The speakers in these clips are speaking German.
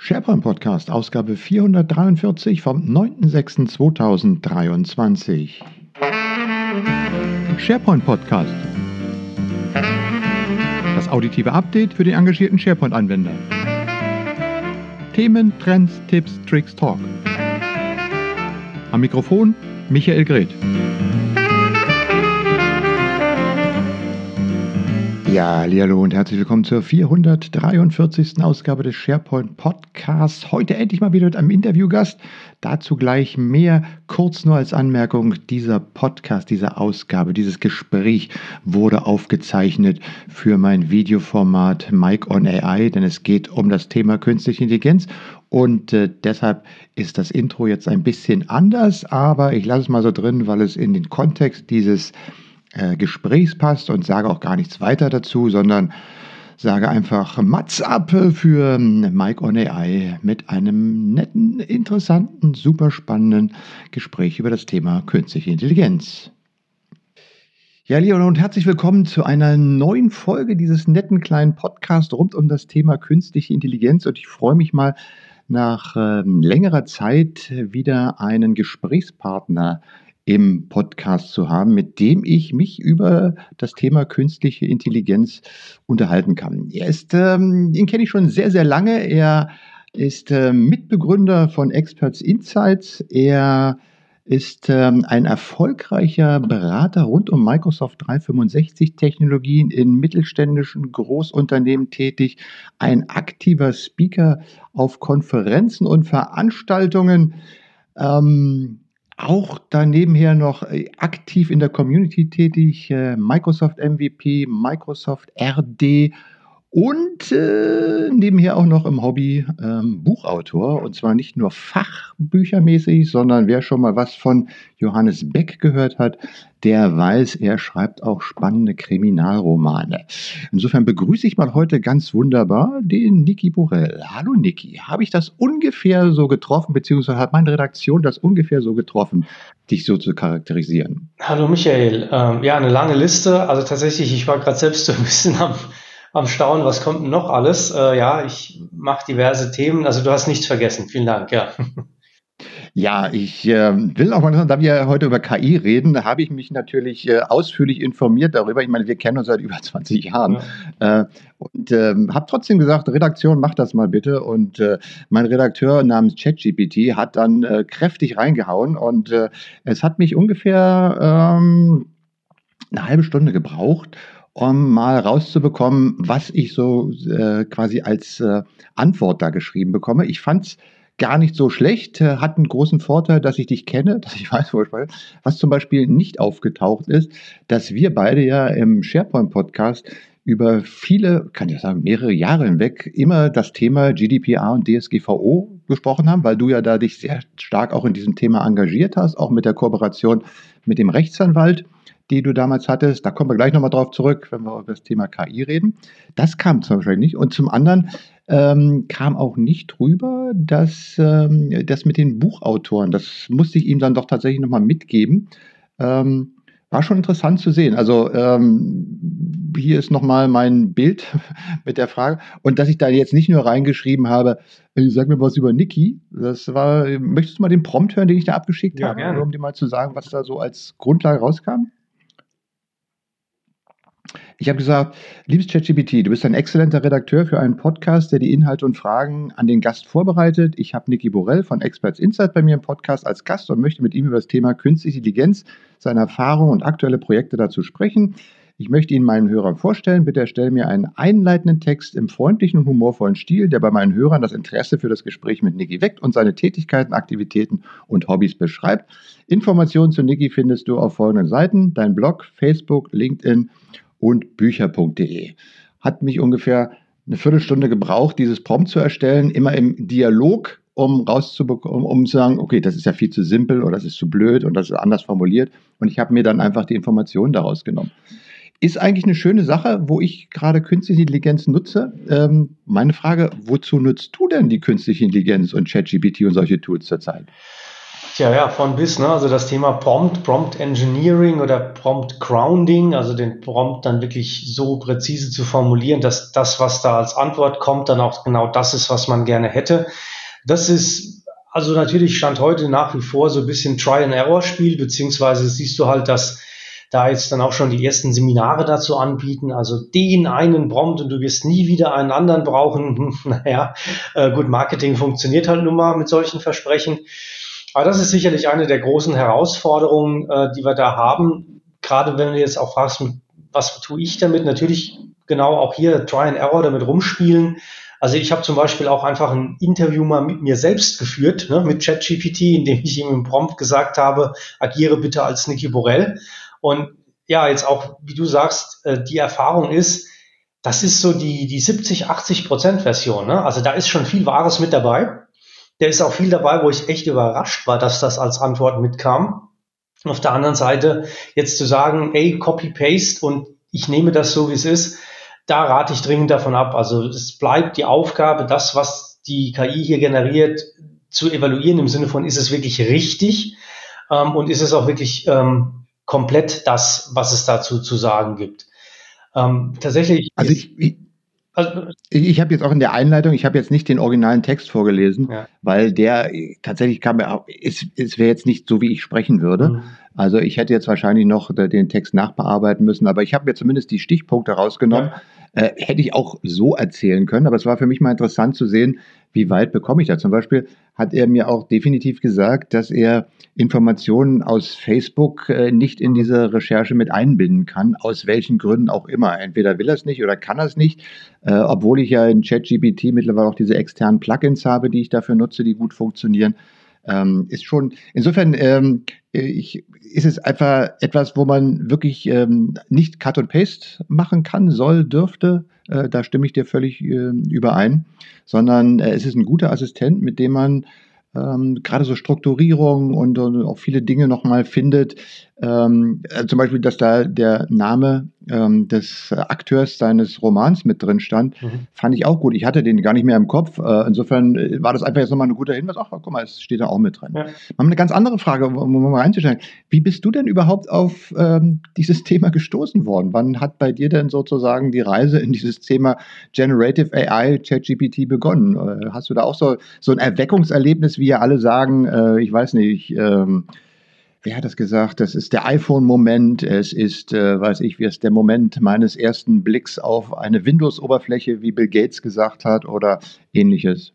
SharePoint Podcast, Ausgabe 443 vom 9.06.2023. SharePoint Podcast. Das auditive Update für den engagierten SharePoint-Anwender. Themen, Trends, Tipps, Tricks, Talk. Am Mikrofon Michael Greth. Ja, hallo und herzlich willkommen zur 443. Ausgabe des SharePoint Podcasts. Heute endlich mal wieder mit einem Interviewgast. Dazu gleich mehr. Kurz nur als Anmerkung, dieser Podcast, diese Ausgabe, dieses Gespräch wurde aufgezeichnet für mein Videoformat Mic on AI, denn es geht um das Thema künstliche Intelligenz. Und deshalb ist das Intro jetzt ein bisschen anders, aber ich lasse es mal so drin, weil es in den Kontext dieses Gesprächs passt und sage auch gar nichts weiter dazu, sondern sage einfach Mats ab für Mic on AI mit einem netten, interessanten, super spannenden Gespräch über das Thema künstliche Intelligenz. Ja, Leon, und herzlich willkommen zu einer neuen Folge dieses netten kleinen Podcasts rund um das Thema künstliche Intelligenz. Und ich freue mich mal, nach längerer Zeit wieder einen Gesprächspartner im Podcast zu haben, mit dem ich mich über das Thema künstliche Intelligenz unterhalten kann. Den kenne ich schon sehr, sehr lange. Er ist Mitbegründer von Experts Insights. Er ist ein erfolgreicher Berater rund um Microsoft 365-Technologien in mittelständischen Großunternehmen tätig, ein aktiver Speaker auf Konferenzen und Veranstaltungen, auch danebenher noch aktiv in der Community tätig, Microsoft MVP, Microsoft RD und nebenher auch noch im Hobby Buchautor. Und zwar nicht nur fachbüchermäßig, sondern wer schon mal was von Johannes Beck gehört hat, der weiß, er schreibt auch spannende Kriminalromane. Insofern begrüße ich mal heute ganz wunderbar den Niki Borell. Hallo Niki, habe ich das ungefähr so getroffen, beziehungsweise hat meine Redaktion das ungefähr so getroffen, dich so zu charakterisieren? Hallo Michael, ja, eine lange Liste. Also tatsächlich, ich war gerade selbst so ein bisschen am Staunen, was kommt denn noch alles? Ja, ich mache diverse Themen, also du hast nichts vergessen. Vielen Dank, ja. Ja, ich will auch mal sagen, da wir heute über KI reden, da habe ich mich natürlich ausführlich informiert darüber. Ich meine, wir kennen uns seit über 20 Jahren. Ja. Und habe trotzdem gesagt, Redaktion, mach das mal bitte. Und mein Redakteur namens ChatGPT hat dann kräftig reingehauen. Und es hat mich ungefähr eine halbe Stunde gebraucht, um mal rauszubekommen, was ich so quasi als Antwort da geschrieben bekomme. Ich fand es gar nicht so schlecht, hat einen großen Vorteil, dass ich dich kenne, dass ich weiß, wo ich bin. Was zum Beispiel nicht aufgetaucht ist, dass wir beide ja im SharePoint-Podcast über viele, kann ich sagen, mehrere Jahre hinweg immer das Thema GDPR und DSGVO besprochen haben, weil du ja da dich sehr stark auch in diesem Thema engagiert hast, auch mit der Kooperation mit dem Rechtsanwalt, die du damals hattest. Da kommen wir gleich nochmal drauf zurück, wenn wir über das Thema KI reden. Das kam zum Beispiel nicht. Und zum anderen kam auch nicht rüber, dass das mit den Buchautoren, das musste ich ihm dann doch tatsächlich nochmal mitgeben, war schon interessant zu sehen. Also hier ist nochmal mein Bild mit der Frage. Und dass ich da jetzt nicht nur reingeschrieben habe, sag mir was über Niki, das war, möchtest du mal den Prompt hören, den ich da abgeschickt habe, gerne. um dir mal zu sagen, was da so als Grundlage rauskam? Ich habe gesagt, liebes ChatGPT, du bist ein exzellenter Redakteur für einen Podcast, der die Inhalte und Fragen an den Gast vorbereitet. Ich habe Niki Borell von Experts Insight bei mir im Podcast als Gast und möchte mit ihm über das Thema künstliche Intelligenz, seine Erfahrungen und aktuelle Projekte dazu sprechen. Ich möchte ihn meinen Hörern vorstellen. Bitte erstelle mir einen einleitenden Text im freundlichen und humorvollen Stil, der bei meinen Hörern das Interesse für das Gespräch mit Niki weckt und seine Tätigkeiten, Aktivitäten und Hobbys beschreibt. Informationen zu Niki findest du auf folgenden Seiten: dein Blog, Facebook, LinkedIn und bücher.de. Hat mich ungefähr eine Viertelstunde gebraucht, dieses Prompt zu erstellen, immer im Dialog, um rauszubekommen, um zu sagen, okay, das ist ja viel zu simpel oder das ist zu blöd und das ist anders formuliert. Und ich habe mir dann einfach die Informationen daraus genommen. Ist eigentlich eine schöne Sache, wo ich gerade künstliche Intelligenz nutze. Meine Frage, wozu nutzt du denn die künstliche Intelligenz und ChatGPT und solche Tools zurzeit? Tja, ja, von bis, ne? Also das Thema Prompt Engineering oder Prompt Grounding, also den Prompt dann wirklich so präzise zu formulieren, dass das, was da als Antwort kommt, dann auch genau das ist, was man gerne hätte. Das ist also natürlich Stand heute nach wie vor so ein bisschen Try-and-Error-Spiel, beziehungsweise siehst du halt, dass da jetzt dann auch schon die ersten Seminare dazu anbieten, also den einen Prompt und du wirst nie wieder einen anderen brauchen. Naja, gut, Marketing funktioniert halt nun mal mit solchen Versprechen. Aber das ist sicherlich eine der großen Herausforderungen, die wir da haben. Gerade wenn du jetzt auch fragst, was tue ich damit? Natürlich genau auch hier Try and Error damit rumspielen. Also ich habe zum Beispiel auch einfach ein Interview mal mit mir selbst geführt, ne, mit ChatGPT, in dem ich ihm im Prompt gesagt habe, agiere bitte als Niki Borrell. Und ja, jetzt auch, wie du sagst, die Erfahrung ist, das ist so die 70-80% Version. Ne? Also da ist schon viel Wahres mit dabei. Der ist auch viel dabei, wo ich echt überrascht war, dass das als Antwort mitkam. Und auf der anderen Seite jetzt zu sagen, ey, Copy-Paste und ich nehme das so, wie es ist, da rate ich dringend davon ab. Also es bleibt die Aufgabe, das, was die KI hier generiert, zu evaluieren im Sinne von, ist es wirklich richtig und ist es auch wirklich komplett das, was es dazu zu sagen gibt. Tatsächlich Also ist, also, ich habe jetzt auch in der Einleitung, ich habe jetzt nicht den originalen Text vorgelesen, ja. weil der tatsächlich kam mir auch, es wäre jetzt nicht so, wie ich sprechen würde. Mhm. Also ich hätte jetzt wahrscheinlich noch den Text nachbearbeiten müssen, aber ich habe mir zumindest die Stichpunkte rausgenommen. Ja. Hätte ich auch so erzählen können, aber es war für mich mal interessant zu sehen, wie weit bekomme ich da. Zum Beispiel hat er mir auch definitiv gesagt, dass er Informationen aus Facebook nicht in diese Recherche mit einbinden kann, aus welchen Gründen auch immer. Entweder will er es nicht oder kann er es nicht, obwohl ich ja in ChatGPT mittlerweile auch diese externen Plugins habe, die ich dafür nutze, die gut funktionieren. Ist schon, insofern ist es einfach etwas, wo man wirklich nicht Cut und Paste machen kann, soll, dürfte. Da stimme ich dir völlig überein, sondern es ist ein guter Assistent, mit dem man gerade so Strukturierung und auch viele Dinge nochmal findet. Zum Beispiel, dass da der Name des Akteurs seines Romans mit drin stand, fand ich auch gut. Ich hatte den gar nicht mehr im Kopf. Insofern war das einfach jetzt nochmal ein guter Hinweis. Ach, guck mal, es steht da auch mit drin. Ja. Wir haben eine ganz andere Frage, um mal reinzustellen. Wie bist du denn überhaupt auf dieses Thema gestoßen worden? Wann hat bei dir denn sozusagen die Reise in dieses Thema Generative AI, ChatGPT begonnen? Hast du da auch so ein Erweckungserlebnis, wie ja alle sagen, ich weiß nicht, wer hat das gesagt? Das ist der iPhone-Moment. Es ist, weiß ich, wie es der Moment meines ersten Blicks auf eine Windows-Oberfläche, wie Bill Gates gesagt hat, oder ähnliches.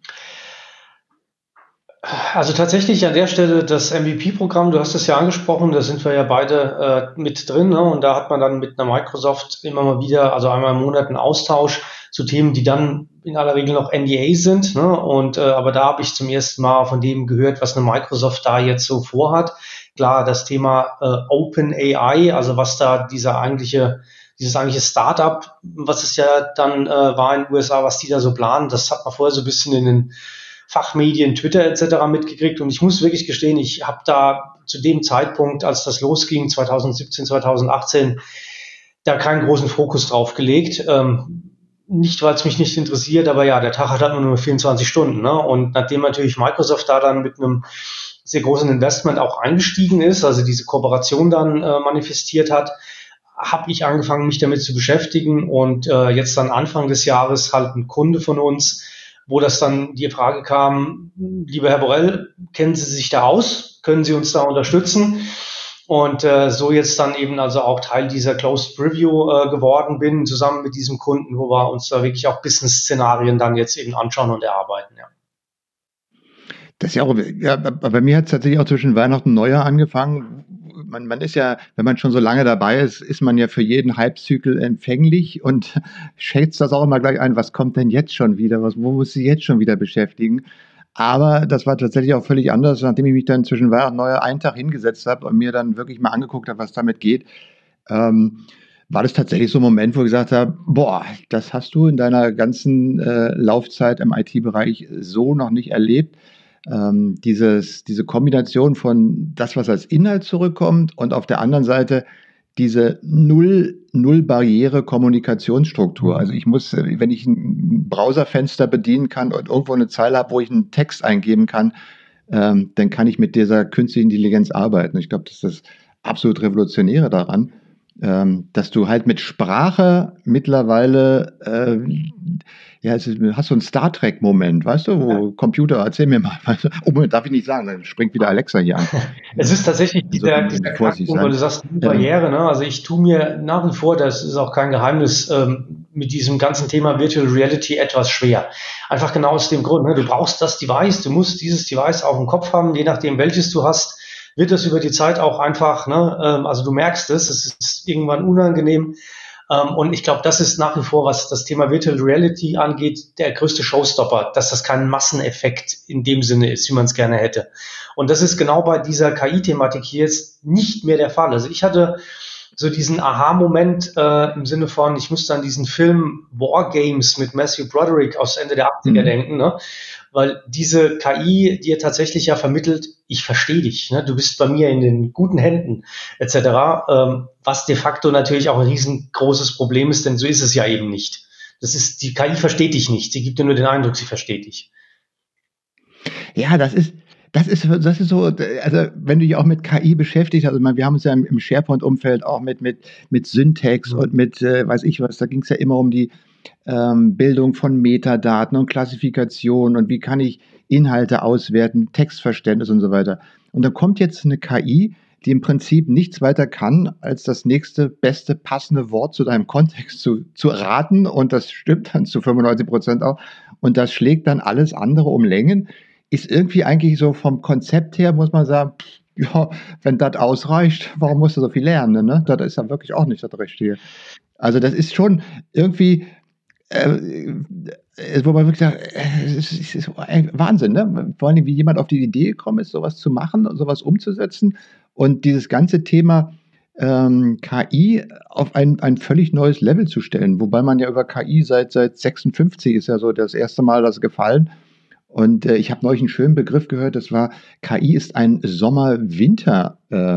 Also tatsächlich an der Stelle das MVP-Programm, du hast es ja angesprochen, da sind wir ja beide mit drin, ne? Und da hat man dann mit einer Microsoft immer mal wieder, also einmal im Monat einen Austausch zu Themen, die dann in aller Regel noch NDA sind, ne? Und aber da habe ich zum ersten Mal von dem gehört, was eine Microsoft da jetzt so vorhat. Klar, das Thema Open AI, also was da dieses eigentliche Startup, was es ja dann war in den USA, was die da so planen, das hat man vorher so ein bisschen in den Fachmedien, Twitter etc. mitgekriegt. Und ich muss wirklich gestehen, ich habe da zu dem Zeitpunkt, als das losging, 2017, 2018, da keinen großen Fokus drauf gelegt. Nicht, weil es mich nicht interessiert, aber ja, der Tag hat halt nur 24 Stunden. Ne? Und nachdem natürlich Microsoft da dann mit einem sehr großen Investment auch eingestiegen ist, also diese Kooperation dann manifestiert hat, habe ich angefangen, mich damit zu beschäftigen. Und jetzt dann Anfang des Jahres halt ein Kunde von uns, wo das dann die Frage kam, lieber Herr Borrell, kennen Sie sich da aus? Können Sie uns da unterstützen? Und so jetzt dann eben also auch Teil dieser Closed Preview geworden bin, zusammen mit diesem Kunden, wo wir uns da wirklich auch Business-Szenarien dann jetzt eben anschauen und erarbeiten. Ja. Das ist ja auch, ja, bei mir hat es tatsächlich auch zwischen Weihnachten und Neujahr angefangen. Man ist ja, wenn man schon so lange dabei ist, ist man ja für jeden Hype-Zyklus empfänglich und schätzt das auch immer gleich ein, was kommt denn jetzt schon wieder, wo muss ich jetzt schon wieder beschäftigen? Aber das war tatsächlich auch völlig anders, nachdem ich mich dann zwischen Weihnachten und Neujahr einen Tag hingesetzt habe und mir dann wirklich mal angeguckt habe, was damit geht, war das tatsächlich so ein Moment, wo ich gesagt habe, boah, das hast du in deiner ganzen Laufzeit im IT-Bereich so noch nicht erlebt. Diese Kombination von das, was als Inhalt zurückkommt und auf der anderen Seite diese Null-Barriere-Kommunikationsstruktur. Also ich muss, wenn ich ein Browserfenster bedienen kann und irgendwo eine Zeile habe, wo ich einen Text eingeben kann, dann kann ich mit dieser künstlichen Intelligenz arbeiten. Ich glaube, das ist das absolut Revolutionäre daran, dass du halt mit Sprache mittlerweile, hast so einen Star Trek-Moment, weißt du, wo Computer, erzähl mir mal, weißt du, oh Moment, darf ich nicht sagen, dann springt wieder Alexa hier an. Es ist tatsächlich dieser Knackpunkt, weil du sagst, Barriere, ne? Also ich tue mir nach wie vor, das ist auch kein Geheimnis, mit diesem ganzen Thema Virtual Reality etwas schwer. Einfach genau aus dem Grund, ne? Du brauchst das Device, du musst dieses Device auf dem Kopf haben, je nachdem welches du hast, wird das über die Zeit auch einfach, ne? Also du merkst es ist irgendwann unangenehm. Und ich glaube, das ist nach wie vor, was das Thema Virtual Reality angeht, der größte Showstopper, dass das kein Masseneffekt in dem Sinne ist, wie man es gerne hätte. Und das ist genau bei dieser KI-Thematik hier jetzt nicht mehr der Fall. Also ich hatte so diesen Aha-Moment im Sinne von, ich musste an diesen Film War Games mit Matthew Broderick aus Ende der 80er denken, ne? Weil diese KI dir tatsächlich ja vermittelt, ich verstehe dich, ne? Du bist bei mir in den guten Händen etc., was de facto natürlich auch ein riesengroßes Problem ist, denn so ist es ja eben nicht. Die KI versteht dich nicht, sie gibt dir nur den Eindruck, sie versteht dich. Ja, das ist so, also wenn du dich auch mit KI beschäftigst, also wir haben uns ja im SharePoint-Umfeld auch mit Syntax und mit, weiß ich was, da ging es ja immer um die Bildung von Metadaten und Klassifikation und wie kann ich Inhalte auswerten, Textverständnis und so weiter. Und dann kommt jetzt eine KI, die im Prinzip nichts weiter kann, als das nächste beste passende Wort zu deinem Kontext zu raten, und das stimmt dann zu 95% auch, und das schlägt dann alles andere um Längen. Ist irgendwie eigentlich so vom Konzept her, muss man sagen, ja, wenn das ausreicht, warum musst du so viel lernen, ne? Das ist ja wirklich auch nicht das Richtige. Also das ist schon irgendwie, wo man wirklich sagt, es ist Wahnsinn, ne? Vor allem, wie jemand auf die Idee gekommen ist, sowas zu machen und sowas umzusetzen und dieses ganze Thema KI auf ein völlig neues Level zu stellen, wobei man ja über KI seit 56 ist ja so das erste Mal das gefallen. Und ich habe neulich einen schönen Begriff gehört, das war, KI ist ein Sommer-Winter,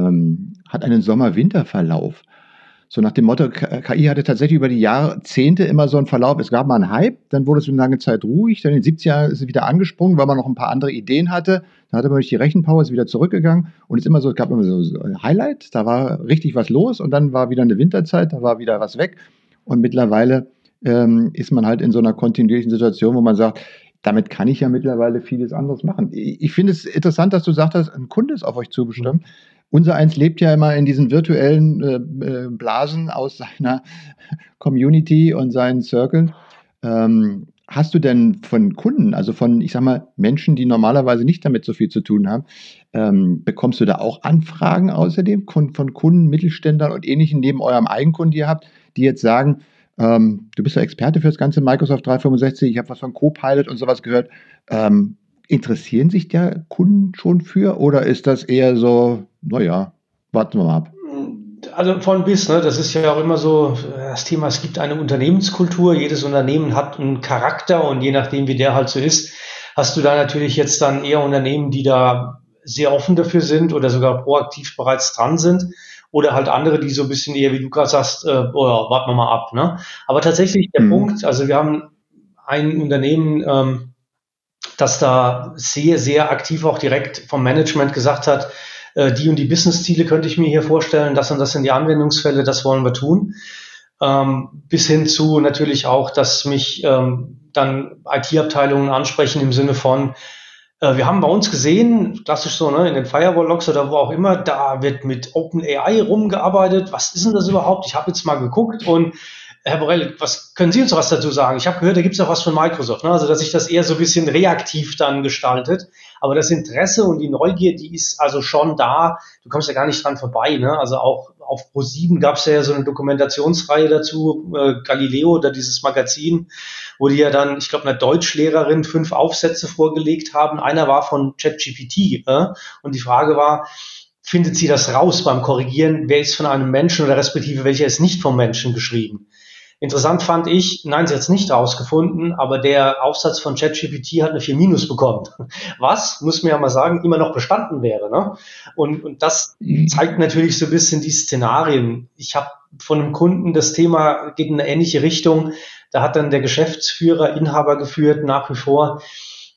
hat einen Sommer-Winter-Verlauf. So nach dem Motto, KI hatte tatsächlich über die Jahrzehnte immer so einen Verlauf. Es gab mal einen Hype, dann wurde es eine lange Zeit ruhig, dann in den 70er Jahren ist es wieder angesprungen, weil man noch ein paar andere Ideen hatte. Dann hatte man durch die Rechenpower, ist wieder zurückgegangen und es ist immer so, es gab immer so ein Highlight, da war richtig was los und dann war wieder eine Winterzeit, da war wieder was weg. Und mittlerweile ist man halt in so einer kontinuierlichen Situation, wo man sagt, damit kann ich ja mittlerweile vieles anderes machen. Ich finde es interessant, dass du gesagt hast, ein Kunde ist auf euch zugestimmt. Unser eins lebt ja immer in diesen virtuellen Blasen aus seiner Community und seinen Circles. Hast du denn von Kunden, also von, ich sag mal, Menschen, die normalerweise nicht damit so viel zu tun haben, bekommst du da auch Anfragen außerdem von Kunden, Mittelständlern und Ähnlichen neben eurem Eigenkunden, die ihr habt, die jetzt sagen, du bist ja Experte für das ganze Microsoft 365, ich habe was von Copilot und sowas gehört. Interessieren sich der Kunden schon für oder ist das eher so, naja, warten wir mal ab? Also von bis, ne? Das ist ja auch immer so das Thema, es gibt eine Unternehmenskultur, jedes Unternehmen hat einen Charakter und je nachdem, wie der halt so ist, hast du da natürlich jetzt dann eher Unternehmen, die da sehr offen dafür sind oder sogar proaktiv bereits dran sind. Oder halt andere, die so ein bisschen eher, wie du gerade sagst, warten wir mal ab. Ne? Aber tatsächlich der Punkt, also wir haben ein Unternehmen, das da sehr, sehr aktiv auch direkt vom Management gesagt hat, die und die Business-Ziele könnte ich mir hier vorstellen, das und das sind die Anwendungsfälle, das wollen wir tun. Bis hin zu natürlich auch, dass mich dann IT-Abteilungen ansprechen im Sinne von, wir haben bei uns gesehen, klassisch so, ne, in den Firewall-Logs oder wo auch immer, da wird mit OpenAI rumgearbeitet. Was ist denn das überhaupt? Ich habe jetzt mal geguckt und Herr Borrell, was können Sie uns was dazu sagen? Ich habe gehört, da gibt es auch was von Microsoft, ne? Also dass sich das eher so ein bisschen reaktiv dann gestaltet. Aber das Interesse und die Neugier, die ist also schon da. Du kommst ja gar nicht dran vorbei. Ne? Also auch auf Pro7 gab es ja so eine Dokumentationsreihe dazu, Galileo oder dieses Magazin, wo die ja dann, ich glaube, einer Deutschlehrerin 5 Aufsätze vorgelegt haben. Einer war von ChatGPT und die Frage war, findet sie das raus beim Korrigieren, wer ist von einem Menschen oder respektive welcher ist nicht vom Menschen geschrieben? Interessant fand ich, nein, sie hat es nicht rausgefunden, aber der Aufsatz von ChatGPT hat eine 4- bekommen. Was, muss man ja mal sagen, immer noch bestanden wäre. Ne? Und das zeigt natürlich so ein bisschen die Szenarien. Ich habe von einem Kunden, das Thema geht in eine ähnliche Richtung. Da hat dann der Geschäftsführer, Inhaber geführt, nach wie vor,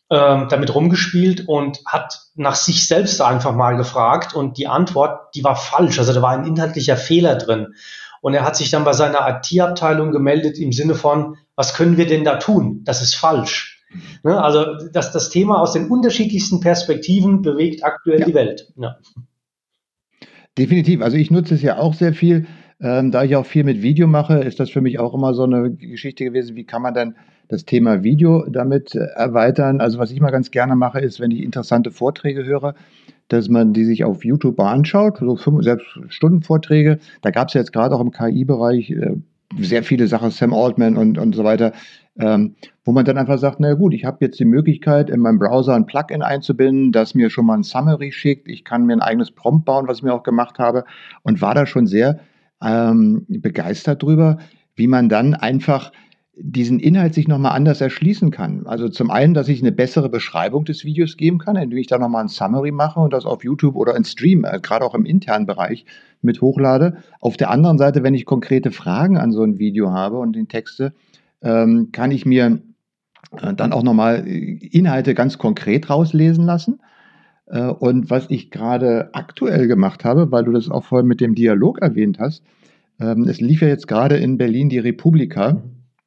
damit rumgespielt und hat nach sich selbst einfach mal gefragt und die Antwort, die war falsch. Also da war ein inhaltlicher Fehler drin. Und er hat sich dann bei seiner IT-Abteilung gemeldet im Sinne von, was können wir denn da tun? Das ist falsch. Ne? Also das Thema aus den unterschiedlichsten Perspektiven bewegt aktuell die Welt. Ja. Definitiv. Also ich nutze es ja auch sehr viel. Da ich auch viel mit Video mache, ist das für mich auch immer so eine Geschichte gewesen, wie kann man dann das Thema Video damit erweitern. Also was ich mal ganz gerne mache, ist, wenn ich interessante Vorträge höre, dass man die sich auf YouTube mal anschaut, so 5-6-Stunden-Vorträge. Da gab es jetzt gerade auch im KI-Bereich sehr viele Sachen, Sam Altman und so weiter, wo man dann einfach sagt, na gut, ich habe jetzt die Möglichkeit, in meinem Browser ein Plugin einzubinden, das mir schon mal ein Summary schickt. Ich kann mir ein eigenes Prompt bauen, was ich mir auch gemacht habe, und war da schon sehr begeistert drüber, wie man dann einfach diesen Inhalt sich nochmal anders erschließen kann. Also zum einen, dass ich eine bessere Beschreibung des Videos geben kann, indem ich da nochmal ein Summary mache und das auf YouTube oder in Stream, gerade auch im internen Bereich, mit hochlade. Auf der anderen Seite, wenn ich konkrete Fragen an so ein Video habe und den Texte, kann ich mir dann auch nochmal Inhalte ganz konkret rauslesen lassen. Und was ich gerade aktuell gemacht habe, weil du das auch vorhin mit dem Dialog erwähnt hast, es lief ja jetzt gerade in Berlin die Republika,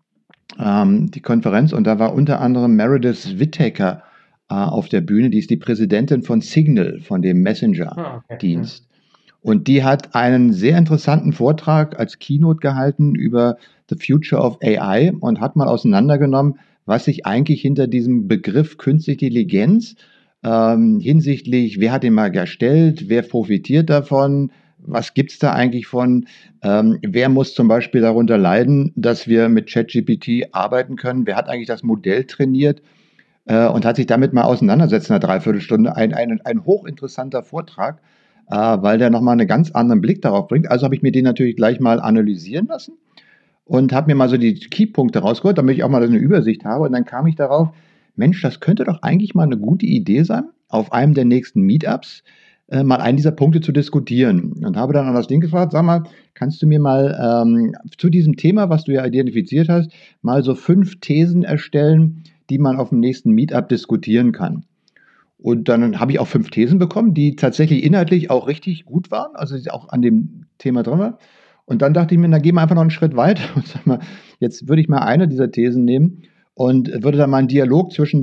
die Konferenz, und da war unter anderem Meredith Whittaker auf der Bühne, die ist die Präsidentin von Signal, von dem Messenger-Dienst. Und die hat einen sehr interessanten Vortrag als Keynote gehalten über The Future of AI und hat mal auseinandergenommen, was sich eigentlich hinter diesem Begriff künstliche Intelligenz hinsichtlich, wer hat den mal erstellt, wer profitiert davon, was gibt es da eigentlich von, wer muss zum Beispiel darunter leiden, dass wir mit ChatGPT arbeiten können, wer hat eigentlich das Modell trainiert, und hat sich damit mal auseinandergesetzt in einer Dreiviertelstunde. Ein hochinteressanter Vortrag, weil der nochmal einen ganz anderen Blick darauf bringt. Also habe ich mir den natürlich gleich mal analysieren lassen und habe mir mal so die Keypunkte rausgeholt, damit ich auch mal eine Übersicht habe. Und dann kam ich darauf, Mensch, das könnte doch eigentlich mal eine gute Idee sein, auf einem der nächsten Meetups mal einen dieser Punkte zu diskutieren. Und habe dann an das Ding gefragt, sag mal, kannst du mir mal zu diesem Thema, was du ja identifiziert hast, mal so 5 Thesen erstellen, die man auf dem nächsten Meetup diskutieren kann. Und dann habe ich auch 5 Thesen bekommen, die tatsächlich inhaltlich auch richtig gut waren, also die auch an dem Thema drin waren. Und dann dachte ich mir, na gehen wir einfach noch einen Schritt weiter und sag mal, jetzt würde ich mal eine dieser Thesen nehmen und würde dann mal einen Dialog zwischen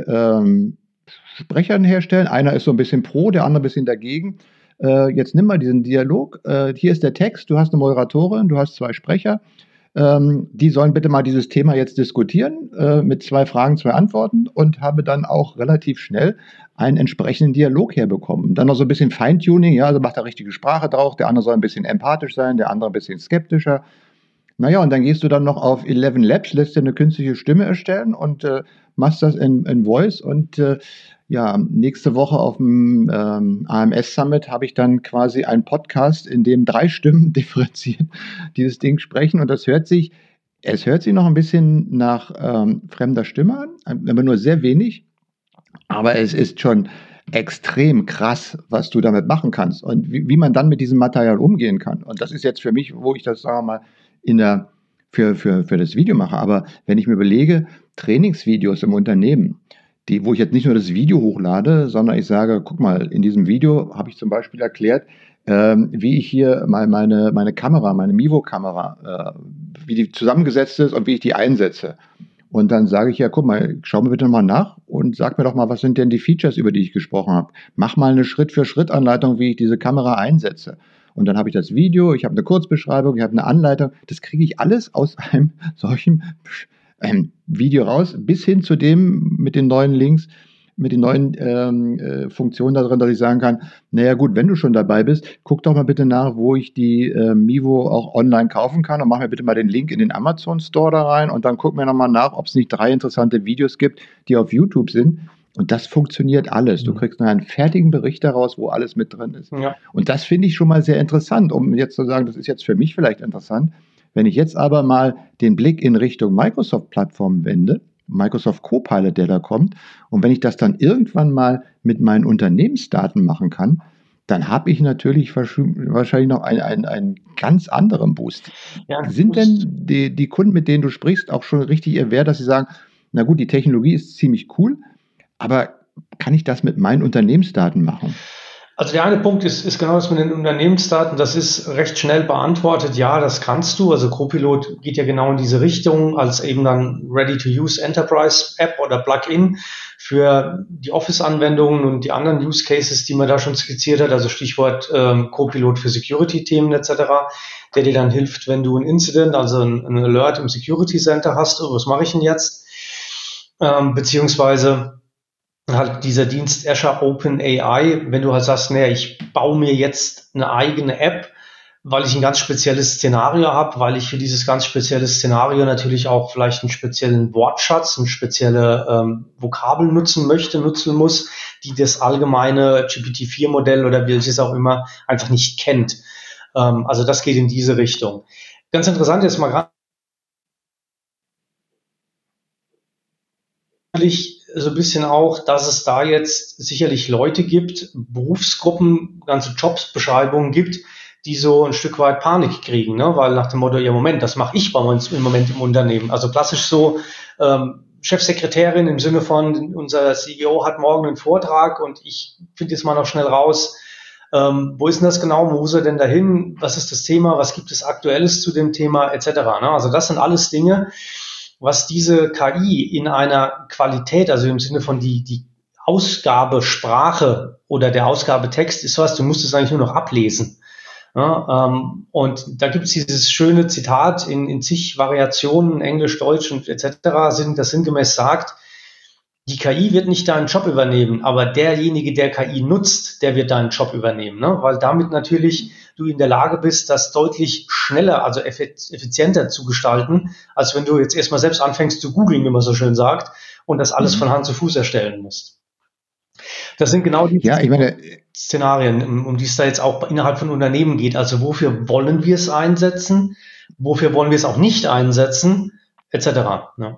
2 Sprechern herstellen. Einer ist so ein bisschen pro, der andere ein bisschen dagegen. Jetzt nimm mal diesen Dialog. Hier ist der Text, du hast eine Moderatorin, du hast 2 Sprecher. Die sollen bitte mal dieses Thema jetzt diskutieren, mit 2 Fragen, 2 Antworten, und habe dann auch relativ schnell einen entsprechenden Dialog herbekommen. Dann noch so ein bisschen Feintuning, ja, also macht da richtige Sprache drauf, der andere soll ein bisschen empathisch sein, der andere ein bisschen skeptischer. Naja, und dann gehst du dann noch auf 11 Labs, lässt dir eine künstliche Stimme erstellen und machst das in Voice. Und ja, nächste Woche auf dem AMS Summit habe ich dann quasi einen Podcast, in dem 3 Stimmen differenziert dieses Ding sprechen. Und es hört sich noch ein bisschen nach fremder Stimme an, aber nur sehr wenig. Aber es ist schon extrem krass, was du damit machen kannst und wie man dann mit diesem Material umgehen kann. Und das ist jetzt für mich, wo ich das, sagen wir mal, für das Video mache. Aber wenn ich mir überlege, Trainingsvideos im Unternehmen, wo ich jetzt nicht nur das Video hochlade, sondern ich sage, guck mal, in diesem Video habe ich zum Beispiel erklärt, wie ich hier meine Kamera, meine Mivo-Kamera, wie die zusammengesetzt ist und wie ich die einsetze. Und dann sage ich, ja, guck mal, schau mir bitte mal nach und sag mir doch mal, was sind denn die Features, über die ich gesprochen habe. Mach mal eine Schritt-für-Schritt-Anleitung, wie ich diese Kamera einsetze. Und dann habe ich das Video, ich habe eine Kurzbeschreibung, ich habe eine Anleitung. Das kriege ich alles aus einem solchen Video raus, bis hin zu dem mit den neuen Links, mit den neuen Funktionen da drin, dass ich sagen kann, naja gut, wenn du schon dabei bist, guck doch mal bitte nach, wo ich die Mivo auch online kaufen kann, und mach mir bitte mal den Link in den Amazon Store da rein und dann guck mir nochmal nach, ob es nicht 3 interessante Videos gibt, die auf YouTube sind. Und das funktioniert alles. Du kriegst einen fertigen Bericht daraus, wo alles mit drin ist. Ja. Und das finde ich schon mal sehr interessant, um jetzt zu sagen, das ist jetzt für mich vielleicht interessant. Wenn ich jetzt aber mal den Blick in Richtung Microsoft-Plattform wende, Microsoft Copilot, der da kommt, und wenn ich das dann irgendwann mal mit meinen Unternehmensdaten machen kann, dann habe ich natürlich wahrscheinlich noch einen ganz anderen Boost. Ja, sind denn die Kunden, mit denen du sprichst, auch schon richtig aware, dass sie sagen, na gut, die Technologie ist ziemlich cool, aber kann ich das mit meinen Unternehmensdaten machen? Also der eine Punkt ist genau das mit den Unternehmensdaten. Das ist recht schnell beantwortet. Ja, das kannst du. Also Copilot geht ja genau in diese Richtung als eben dann Ready-to-Use Enterprise App oder Plugin für die Office-Anwendungen und die anderen Use Cases, die man da schon skizziert hat. Also Stichwort Copilot für Security-Themen etc., der dir dann hilft, wenn du ein Incident, also ein Alert im Security Center hast. Oh, was mache ich denn jetzt? Beziehungsweise halt dieser Dienst Azure OpenAI, wenn du halt sagst, naja, ich baue mir jetzt eine eigene App, weil ich ein ganz spezielles Szenario habe, weil ich für dieses ganz spezielle Szenario natürlich auch vielleicht einen speziellen Wortschatz, eine spezielle Vokabel nutzen muss, die das allgemeine GPT-4-Modell oder welches auch immer einfach nicht kennt. Also das geht in diese Richtung. Ganz interessant ist mal gerade so ein bisschen auch, dass es da jetzt sicherlich Leute gibt, Berufsgruppen, ganze Jobsbeschreibungen gibt, die so ein Stück weit Panik kriegen, ne? Weil nach dem Motto, ja Moment, das mache ich bei uns im Moment im Unternehmen. Also klassisch so, Chefsekretärin im Sinne von, unser CEO hat morgen einen Vortrag und ich finde jetzt mal noch schnell raus, wo ist denn das genau, wo muss er denn dahin, was ist das Thema, was gibt es Aktuelles zu dem Thema etc. Ne? Also das sind alles Dinge, was diese KI in einer Qualität, also im Sinne von die Ausgabesprache oder der Ausgabetext ist was, du musst es eigentlich nur noch ablesen. Ja, und da gibt es dieses schöne Zitat in zig Variationen, Englisch, Deutsch und etc., das sinngemäß sagt, die KI wird nicht deinen Job übernehmen, aber derjenige, der KI nutzt, der wird deinen Job übernehmen, ne? Weil damit natürlich du in der Lage bist, das deutlich schneller, also effizienter zu gestalten, als wenn du jetzt erstmal selbst anfängst zu googeln, wie man so schön sagt, und das alles von Hand zu Fuß erstellen musst. Das sind genau die Szenarien, um die es da jetzt auch innerhalb von Unternehmen geht. Also wofür wollen wir es einsetzen? Wofür wollen wir es auch nicht einsetzen? Etc. Ne?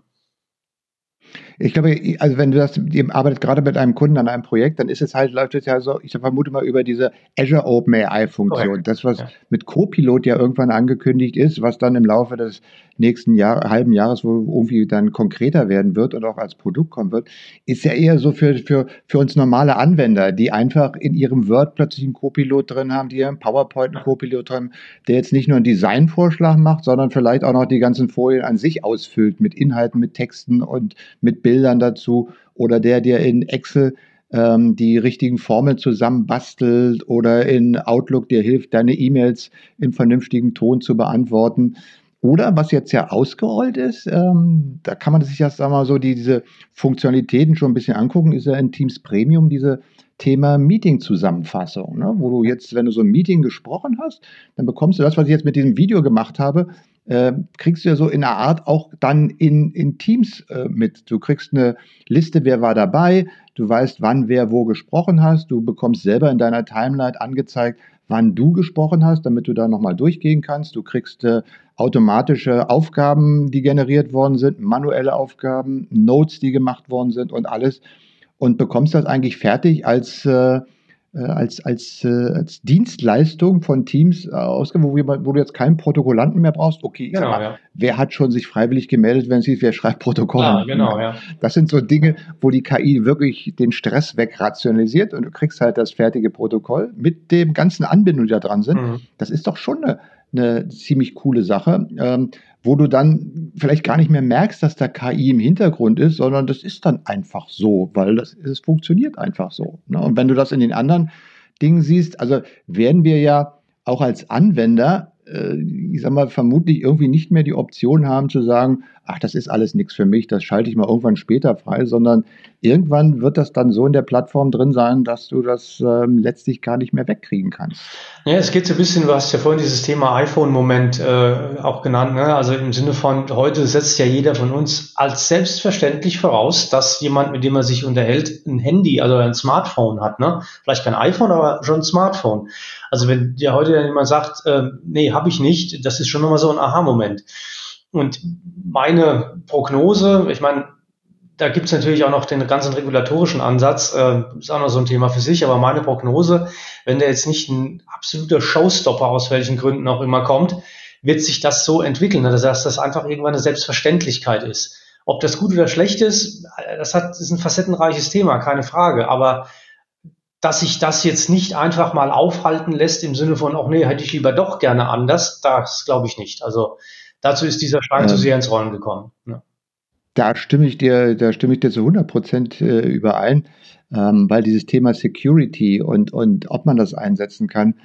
Ich glaube, also wenn du das, ihr arbeitet gerade mit einem Kunden an einem Projekt, dann ist es halt, läuft es ja so, ich vermute mal über diese Azure OpenAI-Funktion. Das, was mit Copilot ja irgendwann angekündigt ist, was dann im Laufe des nächsten halben Jahres wohl irgendwie dann konkreter werden wird und auch als Produkt kommen wird, ist ja eher so für uns normale Anwender, die einfach in ihrem Word plötzlich einen Copilot drin haben, die im PowerPoint einen Copilot drin haben, der jetzt nicht nur einen Designvorschlag macht, sondern vielleicht auch noch die ganzen Folien an sich ausfüllt mit Inhalten, mit Texten und mit Bildern dazu, oder der dir in Excel die richtigen Formeln zusammenbastelt oder in Outlook dir hilft, deine E-Mails im vernünftigen Ton zu beantworten. Oder was jetzt ja ausgerollt ist, da kann man sich ja, sagen wir mal so, diese Funktionalitäten schon ein bisschen angucken, ist ja in Teams Premium diese Thema Meeting-Zusammenfassung, ne? Wo du jetzt, wenn du so ein Meeting gesprochen hast, dann bekommst du das, was ich jetzt mit diesem Video gemacht habe, kriegst du ja so in einer Art auch dann in Teams mit. Du kriegst eine Liste, wer war dabei, du weißt, wann wer wo gesprochen hast, du bekommst selber in deiner Timeline angezeigt, wann du gesprochen hast, damit du da nochmal durchgehen kannst. Du kriegst automatische Aufgaben, die generiert worden sind, manuelle Aufgaben, Notes, die gemacht worden sind und alles, und bekommst das eigentlich fertig als Dienstleistung von Teams ausgegeben, wo du jetzt keinen Protokollanten mehr brauchst. Okay, ich sag mal, wer hat schon sich freiwillig gemeldet, wenn es hieß, wer schreibt Protokolle? Das sind so Dinge, wo die KI wirklich den Stress wegrationalisiert und du kriegst halt das fertige Protokoll mit dem ganzen Anbindungen, die da dran sind. Das ist doch schon eine ziemlich coole Sache, wo du dann vielleicht gar nicht mehr merkst, dass da KI im Hintergrund ist, sondern das ist dann einfach so, weil es funktioniert einfach so. Ne? Und wenn du das in den anderen Dingen siehst, also werden wir ja auch als Anwender, ich sag mal, vermutlich irgendwie nicht mehr die Option haben zu sagen, ach, das ist alles nichts für mich, das schalte ich mal irgendwann später frei, sondern irgendwann wird das dann so in der Plattform drin sein, dass du das letztlich gar nicht mehr wegkriegen kannst. Ja, es geht so ein bisschen, du hast ja vorhin dieses Thema iPhone-Moment auch genannt, ne? Also im Sinne von, heute setzt ja jeder von uns als selbstverständlich voraus, dass jemand, mit dem er sich unterhält, ein Handy, also ein Smartphone hat, ne? Vielleicht kein iPhone, aber schon ein Smartphone. Also wenn dir heute dann jemand sagt, nee, habe ich nicht, das ist schon nochmal so ein Aha-Moment. Und meine Prognose, ich meine, da gibt es natürlich auch noch den ganzen regulatorischen Ansatz, ist auch noch so ein Thema für sich, aber meine Prognose, wenn der jetzt nicht ein absoluter Showstopper aus welchen Gründen auch immer kommt, wird sich das so entwickeln, dass das einfach irgendwann eine Selbstverständlichkeit ist. Ob das gut oder schlecht ist, ist ein facettenreiches Thema, keine Frage. Aber dass sich das jetzt nicht einfach mal aufhalten lässt im Sinne von, ach nee, hätte ich lieber doch gerne anders, das glaube ich nicht. Also dazu ist dieser Stein zu sehr ins Rollen gekommen. Ja. Da stimme ich dir zu 100% überein, weil dieses Thema Security und ob man das einsetzen kann,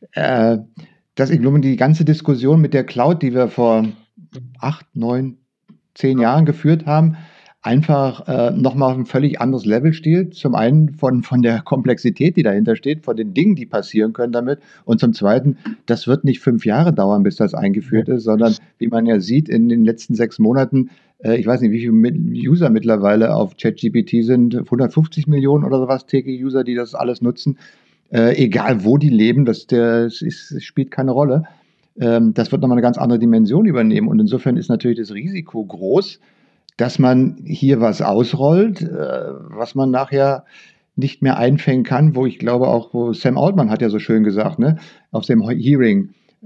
ich glaube, die ganze Diskussion mit der Cloud, die wir vor 8, 9, 10 Jahren geführt haben, einfach nochmal auf ein völlig anderes Level steht. Zum einen von der Komplexität, die dahinter steht, von den Dingen, die passieren können damit. Und zum zweiten, das wird nicht 5 Jahre dauern, bis das eingeführt ist, sondern wie man ja sieht, in den letzten 6 Monaten, ich weiß nicht, wie viele User mittlerweile auf ChatGPT sind, 150 Millionen oder sowas, tägliche User, die das alles nutzen. Egal wo die leben, das spielt keine Rolle. Das wird nochmal eine ganz andere Dimension übernehmen. Und insofern ist natürlich das Risiko groß, dass man hier was ausrollt, was man nachher nicht mehr einfangen kann, wo ich glaube auch, wo Sam Altman hat ja so schön gesagt, ne, auf dem Hearing,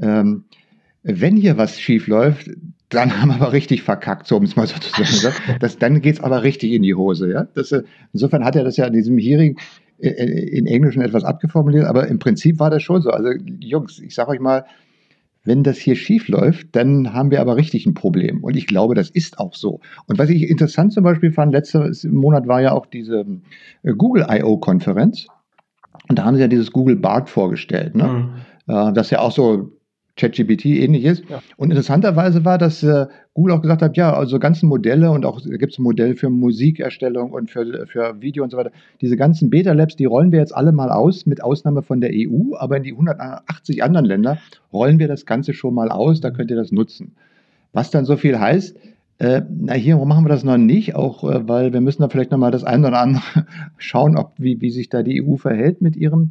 wenn hier was schief läuft, dann haben wir aber richtig verkackt, so um es mal so zu sagen. Dann geht es aber richtig in die Hose. Ja? Insofern hat er das ja in diesem Hearing in Englischen etwas abgeformuliert, aber im Prinzip war das schon so. Also Jungs, ich sage euch mal, wenn das hier schief läuft, dann haben wir aber richtig ein Problem. Und ich glaube, das ist auch so. Und was ich interessant zum Beispiel fand, letzten Monat war ja auch diese Google I.O.-Konferenz. Und da haben sie ja dieses Google Bard vorgestellt, ne? Das ja auch so ChatGPT ähnlich ist. Ja. Und interessanterweise war, dass Google auch gesagt hat, ja, also ganzen Modelle und auch gibt es ein Modell für Musikerstellung und für Video und so weiter. Diese ganzen Beta-Labs, die rollen wir jetzt alle mal aus, mit Ausnahme von der EU, aber in die 180 anderen Länder rollen wir das Ganze schon mal aus, da könnt ihr das nutzen. Was dann so viel heißt, hier machen wir das noch nicht, auch weil wir müssen da vielleicht nochmal das eine oder andere schauen, wie sich da die EU verhält mit ihrem